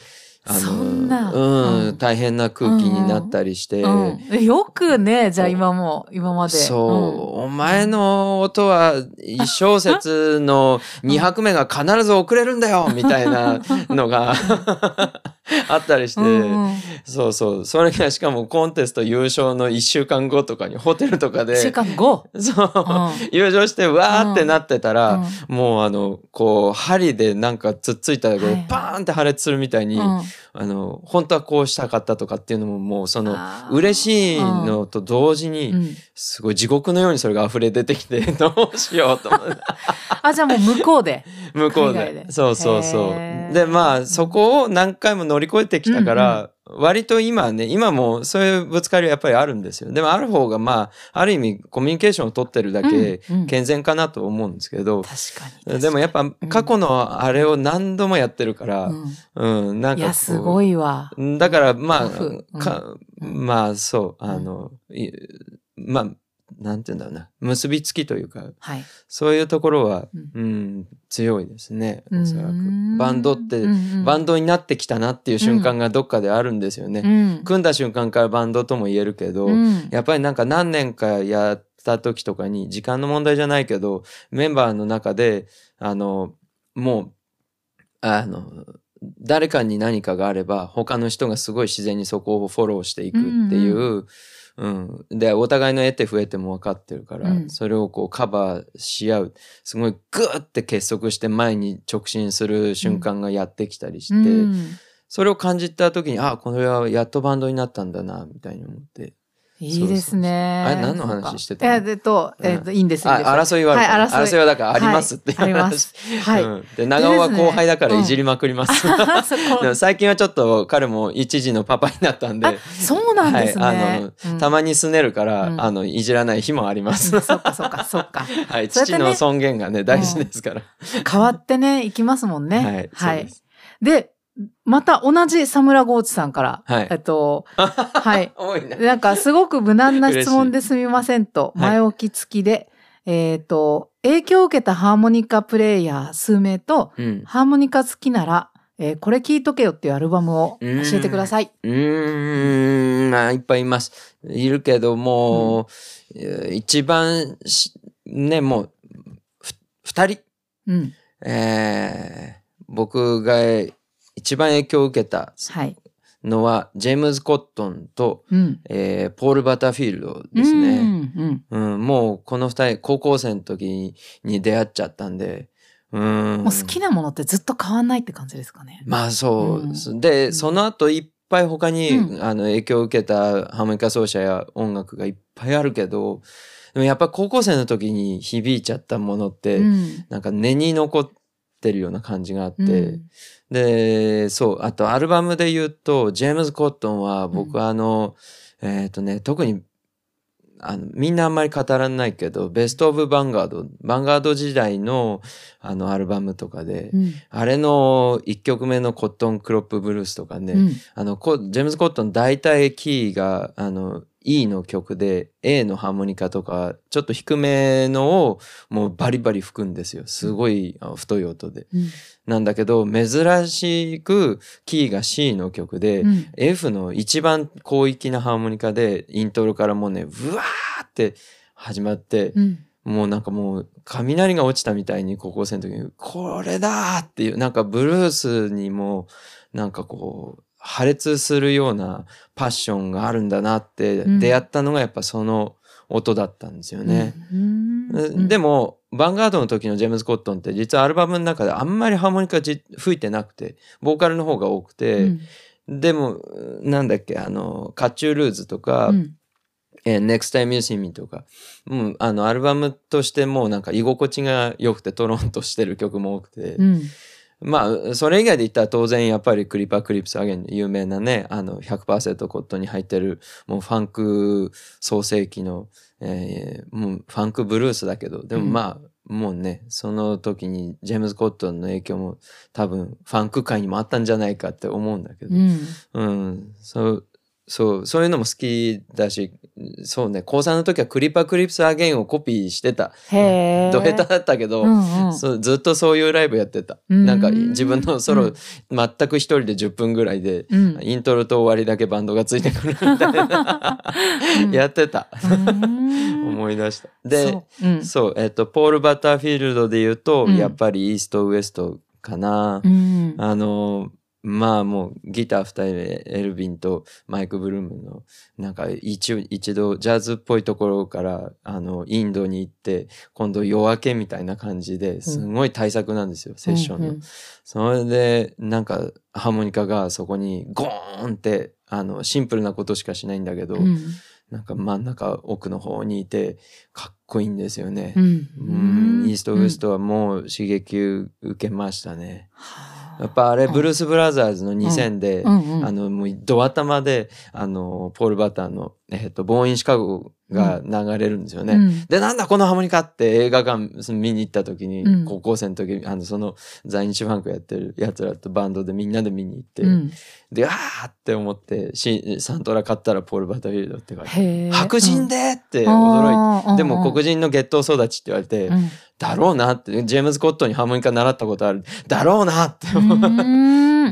大変な空気になったりして、 よくね、じゃあ今までお前の音は1小節の2拍目が必ず遅れるんだよみたいなのがあったりして、それがしかもコンテスト優勝の1週間後とかにホテルとかで 1週間後優勝してわーってなってたら、もうこう針でなんかつっついただけでパーンって破裂するみたいに、本当はこうしたかったとかっていうのももう嬉しいのと同時にすごい地獄のようにそれが溢れ出てきてどうしようと思って。 じゃあもう向こうでそうでまあそこを何回も乗り越えてきたから、割と今もそういうぶつかりはやっぱりあるんですよ。でもある方がまあある意味コミュニケーションを取ってるだけ健全かなと思うんですけど、 確かにでもやっぱ過去のあれを何度もやってるから、なんかいやすごいわ。 だからまあそうまあなんていうんだろうな、結びつきというか、そういうところは、強いですね。おそらくバンドってバンドになってきたなっていう瞬間がどっかであるんですよね。組んだ瞬間からバンドとも言えるけど、やっぱりなんか何年かやった時とかに時間の問題じゃないけど、メンバーの中でもう誰かに何かがあれば他の人がすごい自然にそこをフォローしていくっていうでお互いの得て増えても分かってるから、それをこうカバーし合う、すごいグーって結束して前に直進する瞬間がやってきたりして、それを感じた時にこれはやっとバンドになったんだなみたいに思って。 いいですね。 あれ何の話してたの？ いいんです。 争いは争いはだからありますってあります。はい。 で長尾は後輩だからいじりまくります。でも最近はちょっと彼も一時のパパになったんで、 そうなんですね。 たまにすねるからいじらない日もあります。 そうか。 はい、父の尊厳がね大事ですから。 変わってね行きますもんね。 はい。 で。また同じサムラゴーチさんから、はい。 多いね。 なんかすごく無難な質問ですみませんと、前置き付きで、影響を受けたハーモニカプレイヤー数名と、ハーモニカ好きなら、これ聴いとけよっていうアルバムを教えてください。 いっぱいいます。いるけども、一番ね、もう、2人。僕が、一番影響を受けたのは、ジェームズ・コットンと、ポール・バターフィールドですね。もうこの2人高校生の時に出会っちゃったんで、 もう好きなものってずっと変わんないって感じですかね。 まあそう、でその後いっぱい他に、影響を受けたハーモニカ奏者や音楽がいっぱいあるけど、でもやっぱ高校生の時に響いちゃったものって、なんか根に残ってるような感じがあって、で、あとアルバムで言うと、ジェームズ・コットンは僕は特にみんなあんまり語らないけど、ベストオブ・ヴァンガード時代のアルバムとかで、あれの1曲目のコットン・クロップ・ブルースとかね、ジェームズ・コットン大体キーがE の曲で A のハーモニカとかちょっと低めのをもうバリバリ吹くんですよ。すごい太い音で。なんだけど珍しくキーが C の曲で、F の一番広域なハーモニカでイントロからもうね、ブワーって始まって、もうなんかもう雷が落ちたみたいに高校生の時にこれだーっていう、なんかブルースにもなんかこう破裂するようなパッションがあるんだなって出会ったのがやっぱその音だったんですよね。でもヴァンガードの時のジェームズ・コットンって実はアルバムの中であんまりハーモニカ吹いてなくてボーカルの方が多くて、でもなんだっけカッチュールーズとか、Next Time You See Me とか、アルバムとしてもうなんか居心地が良くてトロンとしてる曲も多くて、まあそれ以外で言ったら当然やっぱりクリパークリプスアゲインの有名なね100% コットンに入ってるもうファンク創世期の、もうファンクブルースだけどでもまあ、もうねその時にジェームズ・コットンの影響も多分ファンク界にもあったんじゃないかって思うんだけど、そういうのも好きだし、そうね、高3の時はクリパークリプスアゲインをコピーしてた。ド下手だったけど、ずっとそういうライブやってた。なんか自分のソロ、全く一人で10分ぐらいで、イントロと終わりだけバンドがついてくるみたいな、やってた。思い出した。で、ポール・バターフィールドで言うと、やっぱりイースト・ウエストかな。まあもうギター2人でエルヴィンとマイク・ブルームのなんか一度ジャズっぽいところからインドに行って今度夜明けみたいな感じですごい大作なんですよ、セッションの。それでなんかハーモニカがそこにゴーンってシンプルなことしかしないんだけど、なんか真ん中奥の方にいてかっこいいんですよね。イーストウエストはもう刺激受けましたね。やっぱあれブルース・ブラザーズの2000で、もうド頭でポール・バターのボーン・イン・シカゴが流れるんですよね。でなんだこのハーモニカって映画館見に行った時に、高校生の時その在日ファンクやってるやつらとバンドでみんなで見に行って、でって思ってサントラ買ったらポール・バターフィールドって書いて白人でって驚いて、でも黒人のゲット育ちって言われて、だろうなってジェームズ・コットンにハーモニカ習ったことあるだろうなって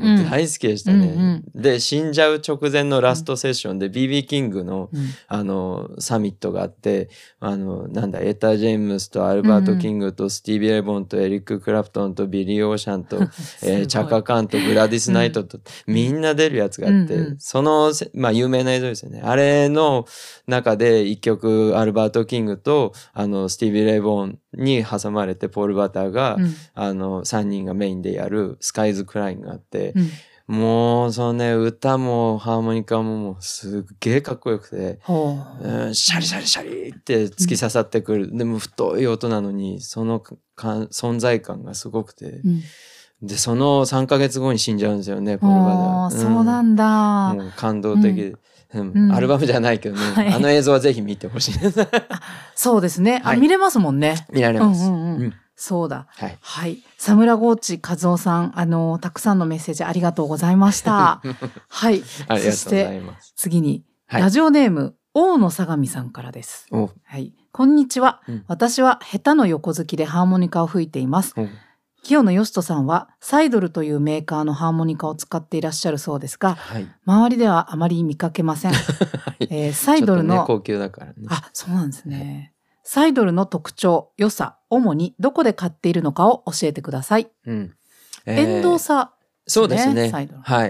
もう大好きでしたね。で、死んじゃう直前のラストセッションで BB キングの、サミットがあって、なんだ、エタ・ジェームスとアルバート・キングとスティービー・レボンとエリック・クラプトンとビリー・オーシャンと、チャカ・カンとグラディス・ナイトと、みんな出るやつがあって、その、まあ、有名な映像ですよね。あれの中で一曲、アルバート・キングと、スティービー・レボンに挟まれて、ポール・バターが、3人がメインでやるスカイズ・クラインがあって、もうそのね、歌もハーモニカももうすっげえかっこよくて、シャリシャリシャリって突き刺さってくる。でも太い音なのに、その存在感がすごくて、で、その3ヶ月後に死んじゃうんですよね、ポール・バター。 そうなんだ。 もう感動的で。アルバムじゃないけどね、あの映像はぜひ見てほしいです。 そうですね。見れますもんね。 見られます。 そうだ。はい。サムラゴーチ和夫さん、たくさんのメッセージありがとうございました。はい。 ありがとうございます。 次に、ラジオネーム、大野相模さんからです。はい。こんにちは。私は下手の横好きでハーモニカを吹いています。清野義人さんはサイドルというメーカーのハーモニカを使っていらっしゃるそうですが、周りではあまり見かけません。サイドルの、 高級だからね。 そうなんですね。サイドルの特徴、良さ、主にどこで買っているのかを教えてください。遠藤さ、 そうですね。はい。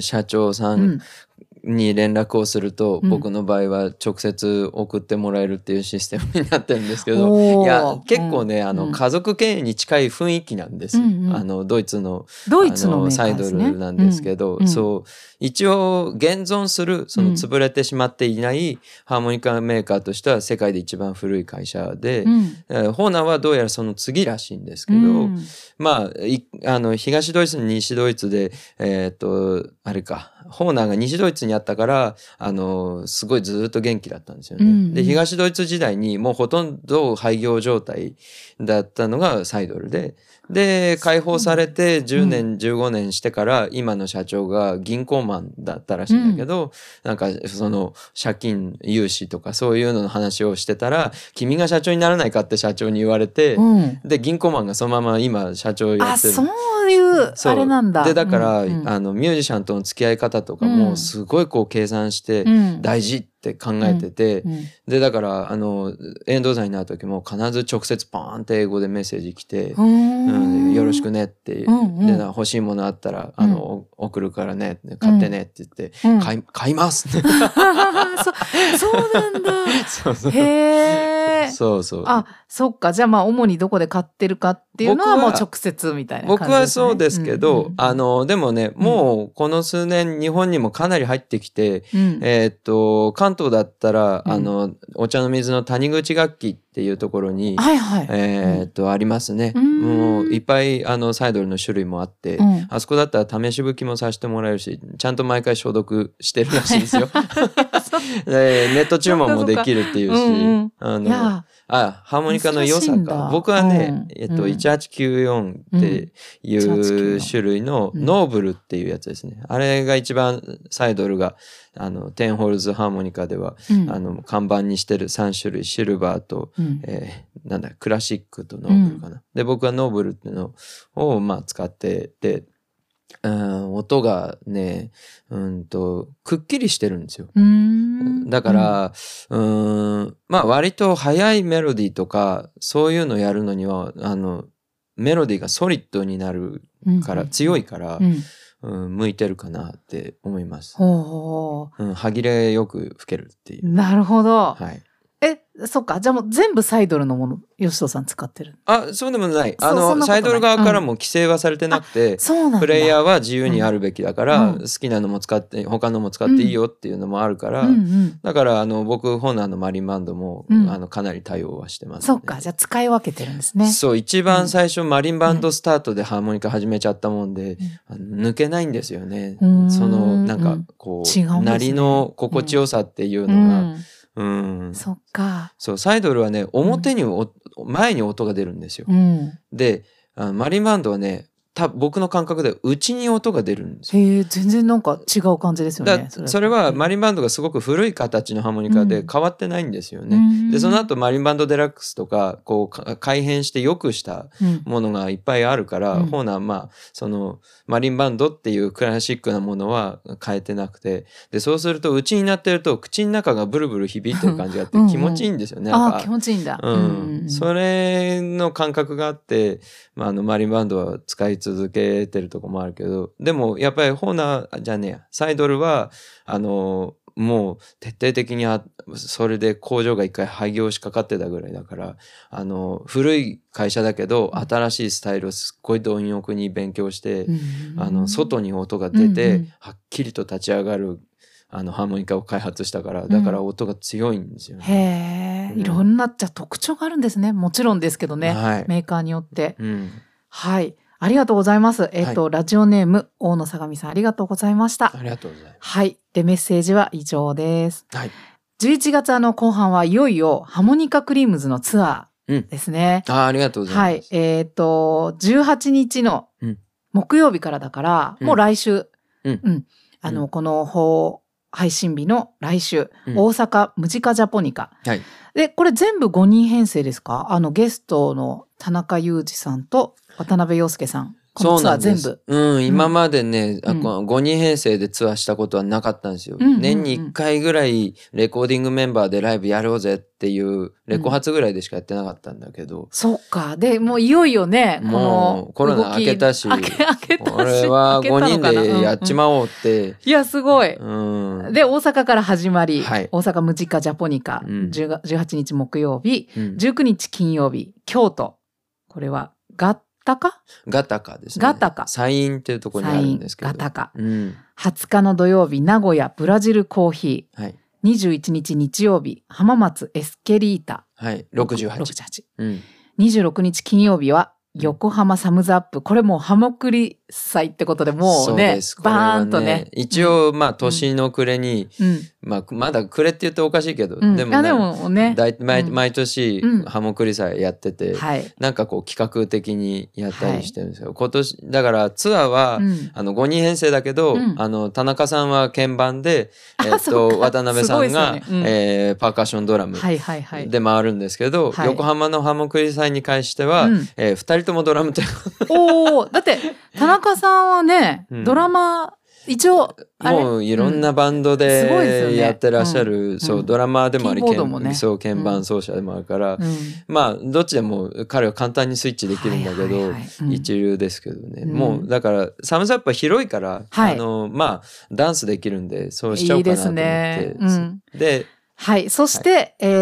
社長さんに連絡をすると、僕の場合は直接送ってもらえるっていうシステムになってるんですけど、いや、結構ね、家族経営に近い雰囲気なんです。ドイツのサイドルなんですけど、そう、一応現存する、その潰れてしまっていないハーモニカメーカーとしては世界で一番古い会社で、ホーナーはどうやらその次らしいんですけど、まあ、東ドイツに西ドイツで、あれか、ホーナーが西ドイツにあったから、すごいずっと元気だったんですよね。で、東ドイツ時代にもうほとんど廃業状態だったのがサイドルで、解放されて10年、15年してから、今の社長が銀行マンだったらしいんだけど、なんかその借金、融資とかそういうのの話をしてたら、君が社長にならないかって社長に言われて、で、銀行マンがそのまま今社長やってる。 そういう、あれなんだ。 で、だから、ミュージシャンとの付き合い方とかもすごいこう計算して大事って考えてて、で、だから、遠藤さんになる時も必ず直接パーンって英語でメッセージ来て、よろしくねって、で、欲しいものあったら、送るからね、買ってねって言って、買いますそうなんだ。 へー。そうそう。 そっか。じゃあまあ、主にどこで買ってるかっていうのはもう直接みたいな感じですね。 僕はそうですけど、でもね、もうこの数年日本にもかなり入ってきて、関東だったら、お茶の水の谷口楽器っていうところに、ありますね。もういっぱいサイドルの種類もあって、あそこだったら試し吹きもさせてもらえるし、ちゃんと毎回消毒してるらしいんですよ。ネット注文もできるっていうし、ハーモニカの良さか。僕はね、1894っていう種類のノーブルっていうやつですね。あれが一番サイドルが、テンホルズハーモニカでは、看板にしてる3種類、シルバーと、クラシックとノーブルかな。で、僕はノーブルっていうのを、まあ、使ってて、音がね、くっきりしてるんですよ。だから、まあ割と速いメロディーとか、そういうのやるのには、メロディーがソリッドになるから、強いから、向いてるかなって思います。歯切れよく吹けるっていう。 なるほど。 はい。 そっか。じゃあもう全部サイドルのもの、吉藤さん使ってる？ そうでもない。サイドル側からも規制はされてなくて、プレイヤーは自由にあるべきだから、好きなのも使って、他のも使っていいよっていうのもあるから、だから僕、ホーナーのマリンバンドも、かなり対応はしてます、ね。 そっか。じゃあ使い分けてるんですね。 そう、一番最初、マリンバンドスタートでハーモニカ始めちゃったもんで、抜けないんですよね。なんか、こう、なりの心地よさっていうのが、 そっか。 そう、サイドルはね、表に、前に音が出るんですよ。で、マリンバンドはね、 僕の感覚で内に音が出るんですよ。 へえ、全然なんか違う感じですよね。 それはマリンバンドがすごく古い形のハーモニカで変わってないんですよね。でその後マリンバンドデラックスとかこう改変して良くしたものがいっぱいあるから、ホーナーそのマリンバンドっていうクラシックなものは変えてなくて、でそうすると内になってると口の中がブルブル響いてる感じがあって気持ちいいんですよね。 気持ちいいんだ。 それの感覚があって、マリンバンドは使い続けてるとこもあるけど、でもやっぱりホーナーじゃねえや、サイドルはもう徹底的にそれで工場が一回廃業しかかってたぐらいだから、古い会社だけど新しいスタイルをすっごい貪欲に勉強して、外に音が出て、はっきりと立ち上がるハーモニカを開発したから、だから音が強いんですよね。 へえ、いろんな特徴があるんですね。もちろんですけどね、メーカーによって。はい。ありがとうございます。ラジオネーム、大野相模さん、ありがとうございました。 ありがとうございます。 はい。で、メッセージは以上です。 はい。 11月後半はいよいよハモニカクリームズのツアーですね。 ありがとうございます。 はい。18日の木曜日からだから、もう来週、この配信日の来週、大阪ムジカジャポニカ。 はい。 で、これ全部5人編成ですか？ゲストの田中裕二さんと渡辺陽介さん。このツアー全部。 今までね、5人編成でツアーしたことはなかったんですよ。年に1回ぐらいレコーディングメンバーでライブやろうぜっていうレコ発ぐらいでしかやってなかったんだけど。 そっか。で、もういよいよね、 もうコロナ明けたし、 明けたし。 俺は5人でやっちまおうって。 いや、すごい。で、大阪から始まり、大阪ムジカジャポニカ、18日木曜日、19日金曜日、京都。これは、ガタカですね。ガタカ。 サインっていうところにあるんですけど。 ガタカ。20日の土曜日、名古屋ブラジルコーヒー。 はい。 21日日曜日、浜松エスケリータ。 はい。68。 26日金曜日は、横浜サムズアップ。これもうハモクリ祭ってことでもうね、バーンとね。 一応、年の暮れに、まだ暮れって言っておかしいけど、でもね、毎年ハモクリ祭やってて、なんかこう企画的にやったりしてるんですよ。今年、だからツアーは、5人編成だけど、田中さんは鍵盤で、渡辺さんが、パーカッションドラムで回るんですけど、横浜のハモクリ祭に関しては、2人ともドラムというおー、だって田中さんはね、ドラマ一応もういろんなバンドでやってらっしゃる、ドラマーでもあり、鍵盤奏者でもあるから、どっちでも彼は簡単にスイッチできるんだけど、一流ですけどね。もうだからサムズアップは広いから、ダンスできるんでそうしちゃおうかなと思って。で、 はい。そして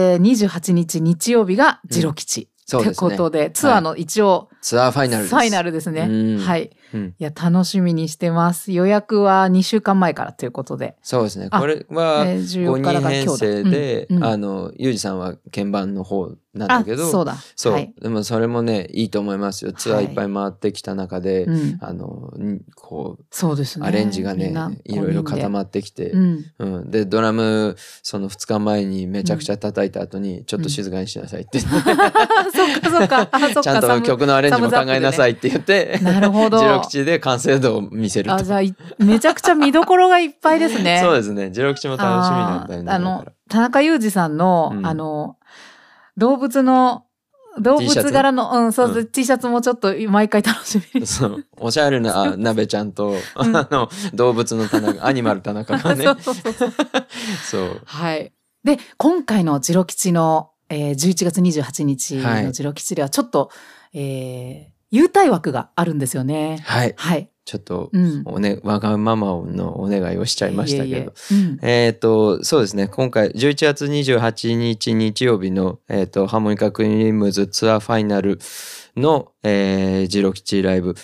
、28日日曜日がジロ吉。ってことで、ツアーの一応、 ツアーファイナルです。 ファイナルですね。はい。いや、楽しみにしてます。予約は2週間前からということで。 そうですね。これは5人編成で、ユージさんは鍵盤の方なんだけど、 そうだ。 そう。でもそれもね、いいと思いますよ。ツアーいっぱい回ってきた中で、こう、 そうですね。 アレンジがね、いろいろ固まってきて、で、ドラム、その2日前にめちゃくちゃ叩いた後に、ちょっと静かにしなさいって。 そうか。 ちゃんと曲のアレンジも考えなさいって言って、 なるほど。 ジロ吉で完成度を見せると。 じゃあ、めちゃくちゃ見どころがいっぱいですね。 そうですね。ジロ吉も楽しみなんだよね。 田中裕二さんの、動物柄の、T シャツもちょっと毎回楽しみに。 そう。おしゃれな鍋ちゃんと、動物の田中、アニマル田中がね。そう。 はい。で、今回のジロ吉の、11月28日のジロ吉ではちょっと、優待枠があるんですよね。 はい。ちょっと、わがままのお願いをしちゃいましたけど。そうですね。今回、11月28日日曜日の、ハーモニカクリームズツアーファイナルの、ジロ吉ライブ、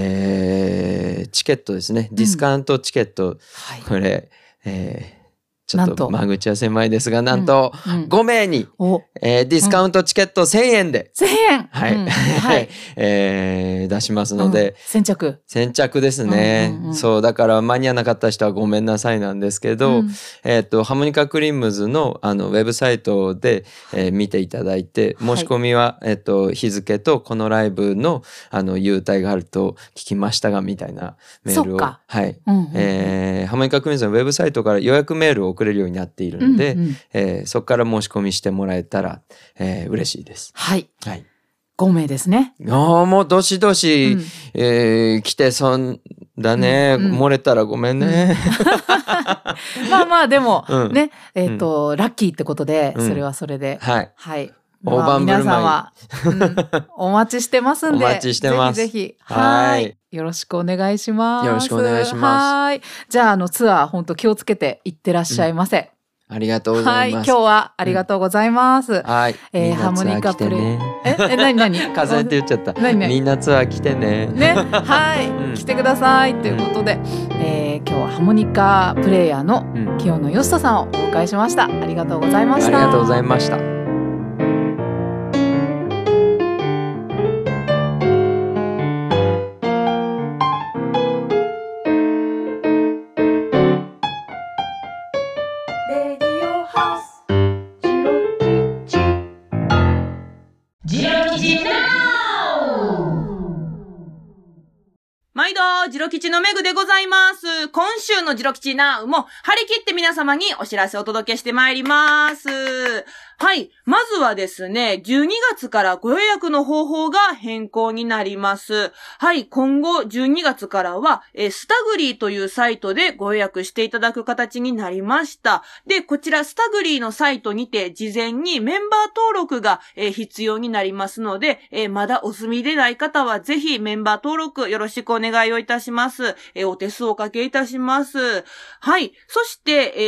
チケットですね。ディスカウントチケット。これ、 ちょっと間口は狭いですが、なんと5名に、ディスカウントチケット1000円で。 1000円はい。はい。出しますので。 先着ですね。そう、だから間に合わなかった人はごめんなさいなんですけど、ハーモニカクリームズのウェブサイトで、見ていただいて、申し込みは、日付とこのライブの、優待があると聞きましたが、みたいなメールを。はい。ハーモニカクリームズのウェブサイトから予約メールを送れるようになっているので、そこから申し込みしてもらえたら、嬉しいです。 はい。はい。5名ですね。 もうどしどし、来てだね、漏れたらごめんね。 まあまあでも、ね、ラッキーってことで、それはそれで。はい。はい。皆さんは、お待ちしてますんで。 お待ちしてます。 ぜひぜひ。はい。よろしくお願いします。 よろしくお願いします。 はい。じゃあ、ツアー、本当気をつけていってらっしゃいませ。 ありがとうございます。 はい、今日はありがとうございます。 はい。 ハーモニカプレイ。何数えて言っちゃった。みんなツアー来てね。 ね。はい。来てください。ということで、今日はハーモニカプレイヤーの清野よしとさんをお迎えしました。ありがとうございました。 ありがとうございました。 毎度、ジロ吉のメグでございます。今週のジロ吉ナウも張り切って皆様にお知らせをお届けしてまいります。はい。まずはですね、12月からご予約の方法が変更になります。はい。今後、12月からは、スタグリーというサイトでご予約していただく形になりました。で、こちらスタグリーのサイトにて、事前にメンバー登録が、必要になりますので、まだお済みでない方は、ぜひメンバー登録よろしくお願いをいたします。お手数をおかけいたします。はい。そして、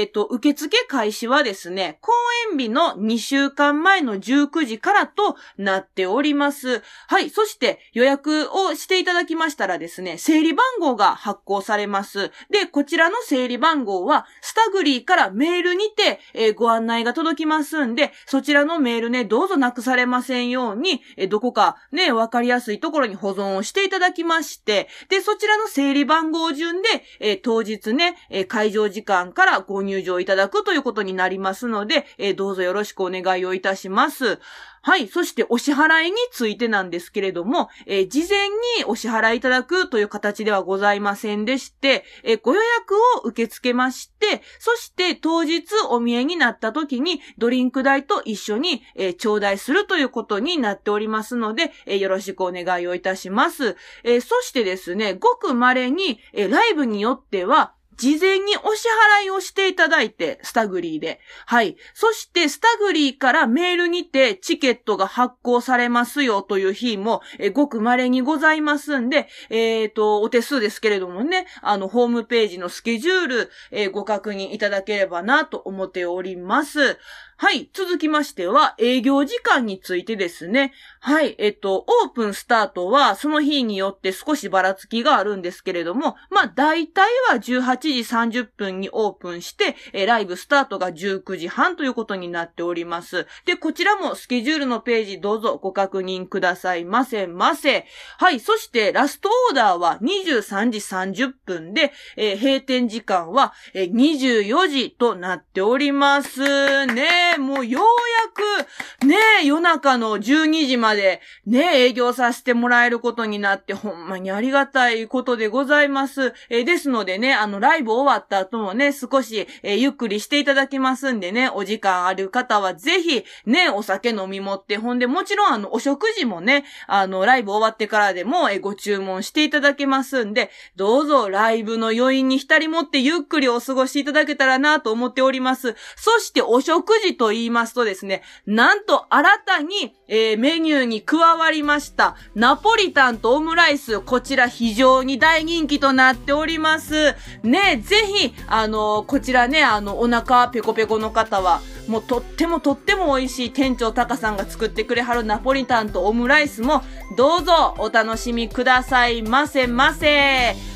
受付開始はですね、公演日の2週間前の19時からとなっております。はい。そして予約をしていただきましたらですね、整理番号が発行されます。で、こちらの整理番号はスタグリーからメールにて、ご案内が届きますんで、そちらのメールね、どうぞなくされませんように、どこかね、わかりやすいところに保存をしていただきまして、で、そちらの整理番号順で、当日ね、会場時間からご入場いただくということになりますので、どうぞよろしくお願いをいたします。はい。そしてお支払いについてなんですけれども、事前にお支払いいただくという形ではございませんでして、ご予約を受け付けまして、そして当日お見えになった時にドリンク代と一緒に、頂戴するということになっておりますので、よろしくお願いをいたします。そしてですね、ごく稀に、ライブによっては、事前にお支払いをしていただいて、スタグリーで。はい。そして、スタグリーからメールにてチケットが発行されますよという日も、ごく稀にございますんで、お手数ですけれどもね、ホームページのスケジュール、ご確認いただければなと思っております。はい。続きましては、営業時間についてですね。はい。オープンスタートは、その日によって少しばらつきがあるんですけれども、まあ、大体は18時30分にオープンして、ライブスタートが19時半ということになっております。で、こちらもスケジュールのページどうぞご確認くださいませませ。はい。そして、ラストオーダーは23時30分で、閉店時間は、24時となっておりますね。もうようやくね、夜中の12時までね、営業させてもらえることになってほんまにありがたいことでございます。ですのでね、ライブ終わった後もね、少し、ゆっくりしていただきますんでね、お時間ある方はぜひね、お酒飲み持って、ほんでもちろんお食事もね、ライブ終わってからでもご注文していただけますんで、どうぞライブの余韻に浸り持ってゆっくりお過ごしいただけたらなと思っております。そしてお食事と言いますとですね、なんと新たに、メニューに加わりましたナポリタンとオムライス、こちら非常に大人気となっておりますね。ぜひこちらね、お腹ペコペコの方はもうとっても美味しい店長タカさんが作ってくれはるナポリタンとオムライスもどうぞお楽しみくださいませませ。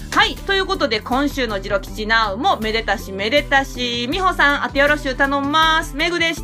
はい。ということで、今週のジロ吉ナウもめでたしめでたし。みほさん、あてよろしゅう頼んます。めぐでした。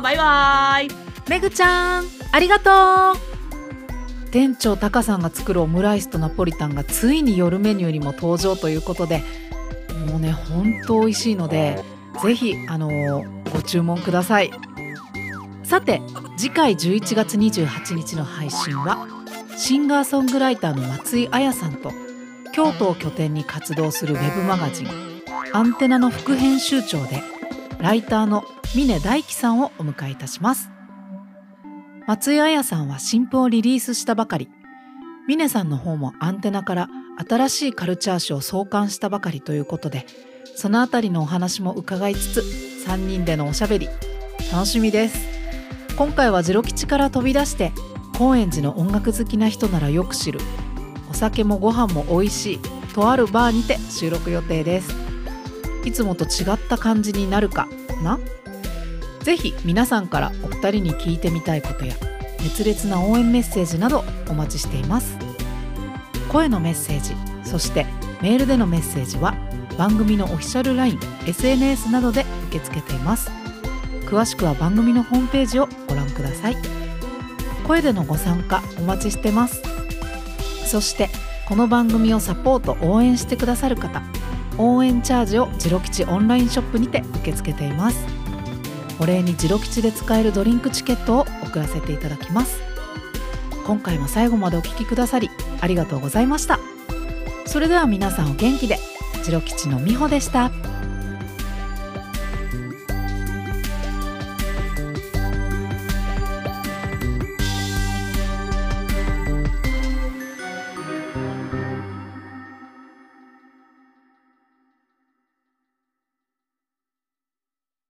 バイバーイ。 めぐちゃん、ありがとう。店長タカさんが作るオムライスとナポリタンがついに夜メニューにも登場ということで、もうね、ほんと美味しいので、ぜひ、ご注文ください。さて、次回11月28日の配信は、シンガーソングライターの松井彩さんと、京都を拠点に活動するウェブマガジンアンテナの副編集長でライターの峰大樹さんをお迎えいたします。松井彩さんは新譜をリリースしたばかり、峰さんの方もアンテナから新しいカルチャー誌を創刊したばかりということで、そのあたりのお話も伺いつつ3人でのおしゃべり楽しみです。今回はジロ吉から飛び出して高円寺の音楽好きな人ならよく知るお酒もご飯も美味しいとあるバーにて収録予定です。いつもと違った感じになるかな。ぜひ皆さんからお二人に聞いてみたいことや熱烈な応援メッセージなどお待ちしています。声のメッセージ、そしてメールでのメッセージは番組のオフィシャル LINE、SNS などで受け付けています。詳しくは番組のホームページをご覧ください。声でのご参加お待ちしてます。そしてこの番組をサポート応援してくださる方、応援チャージをジロ吉オンラインショップにて受け付けています。お礼にジロ吉で使えるドリンクチケットを送らせていただきます。今回も最後までお聞きくださりありがとうございました。それでは皆さんお元気で。ジロ吉のみほでした。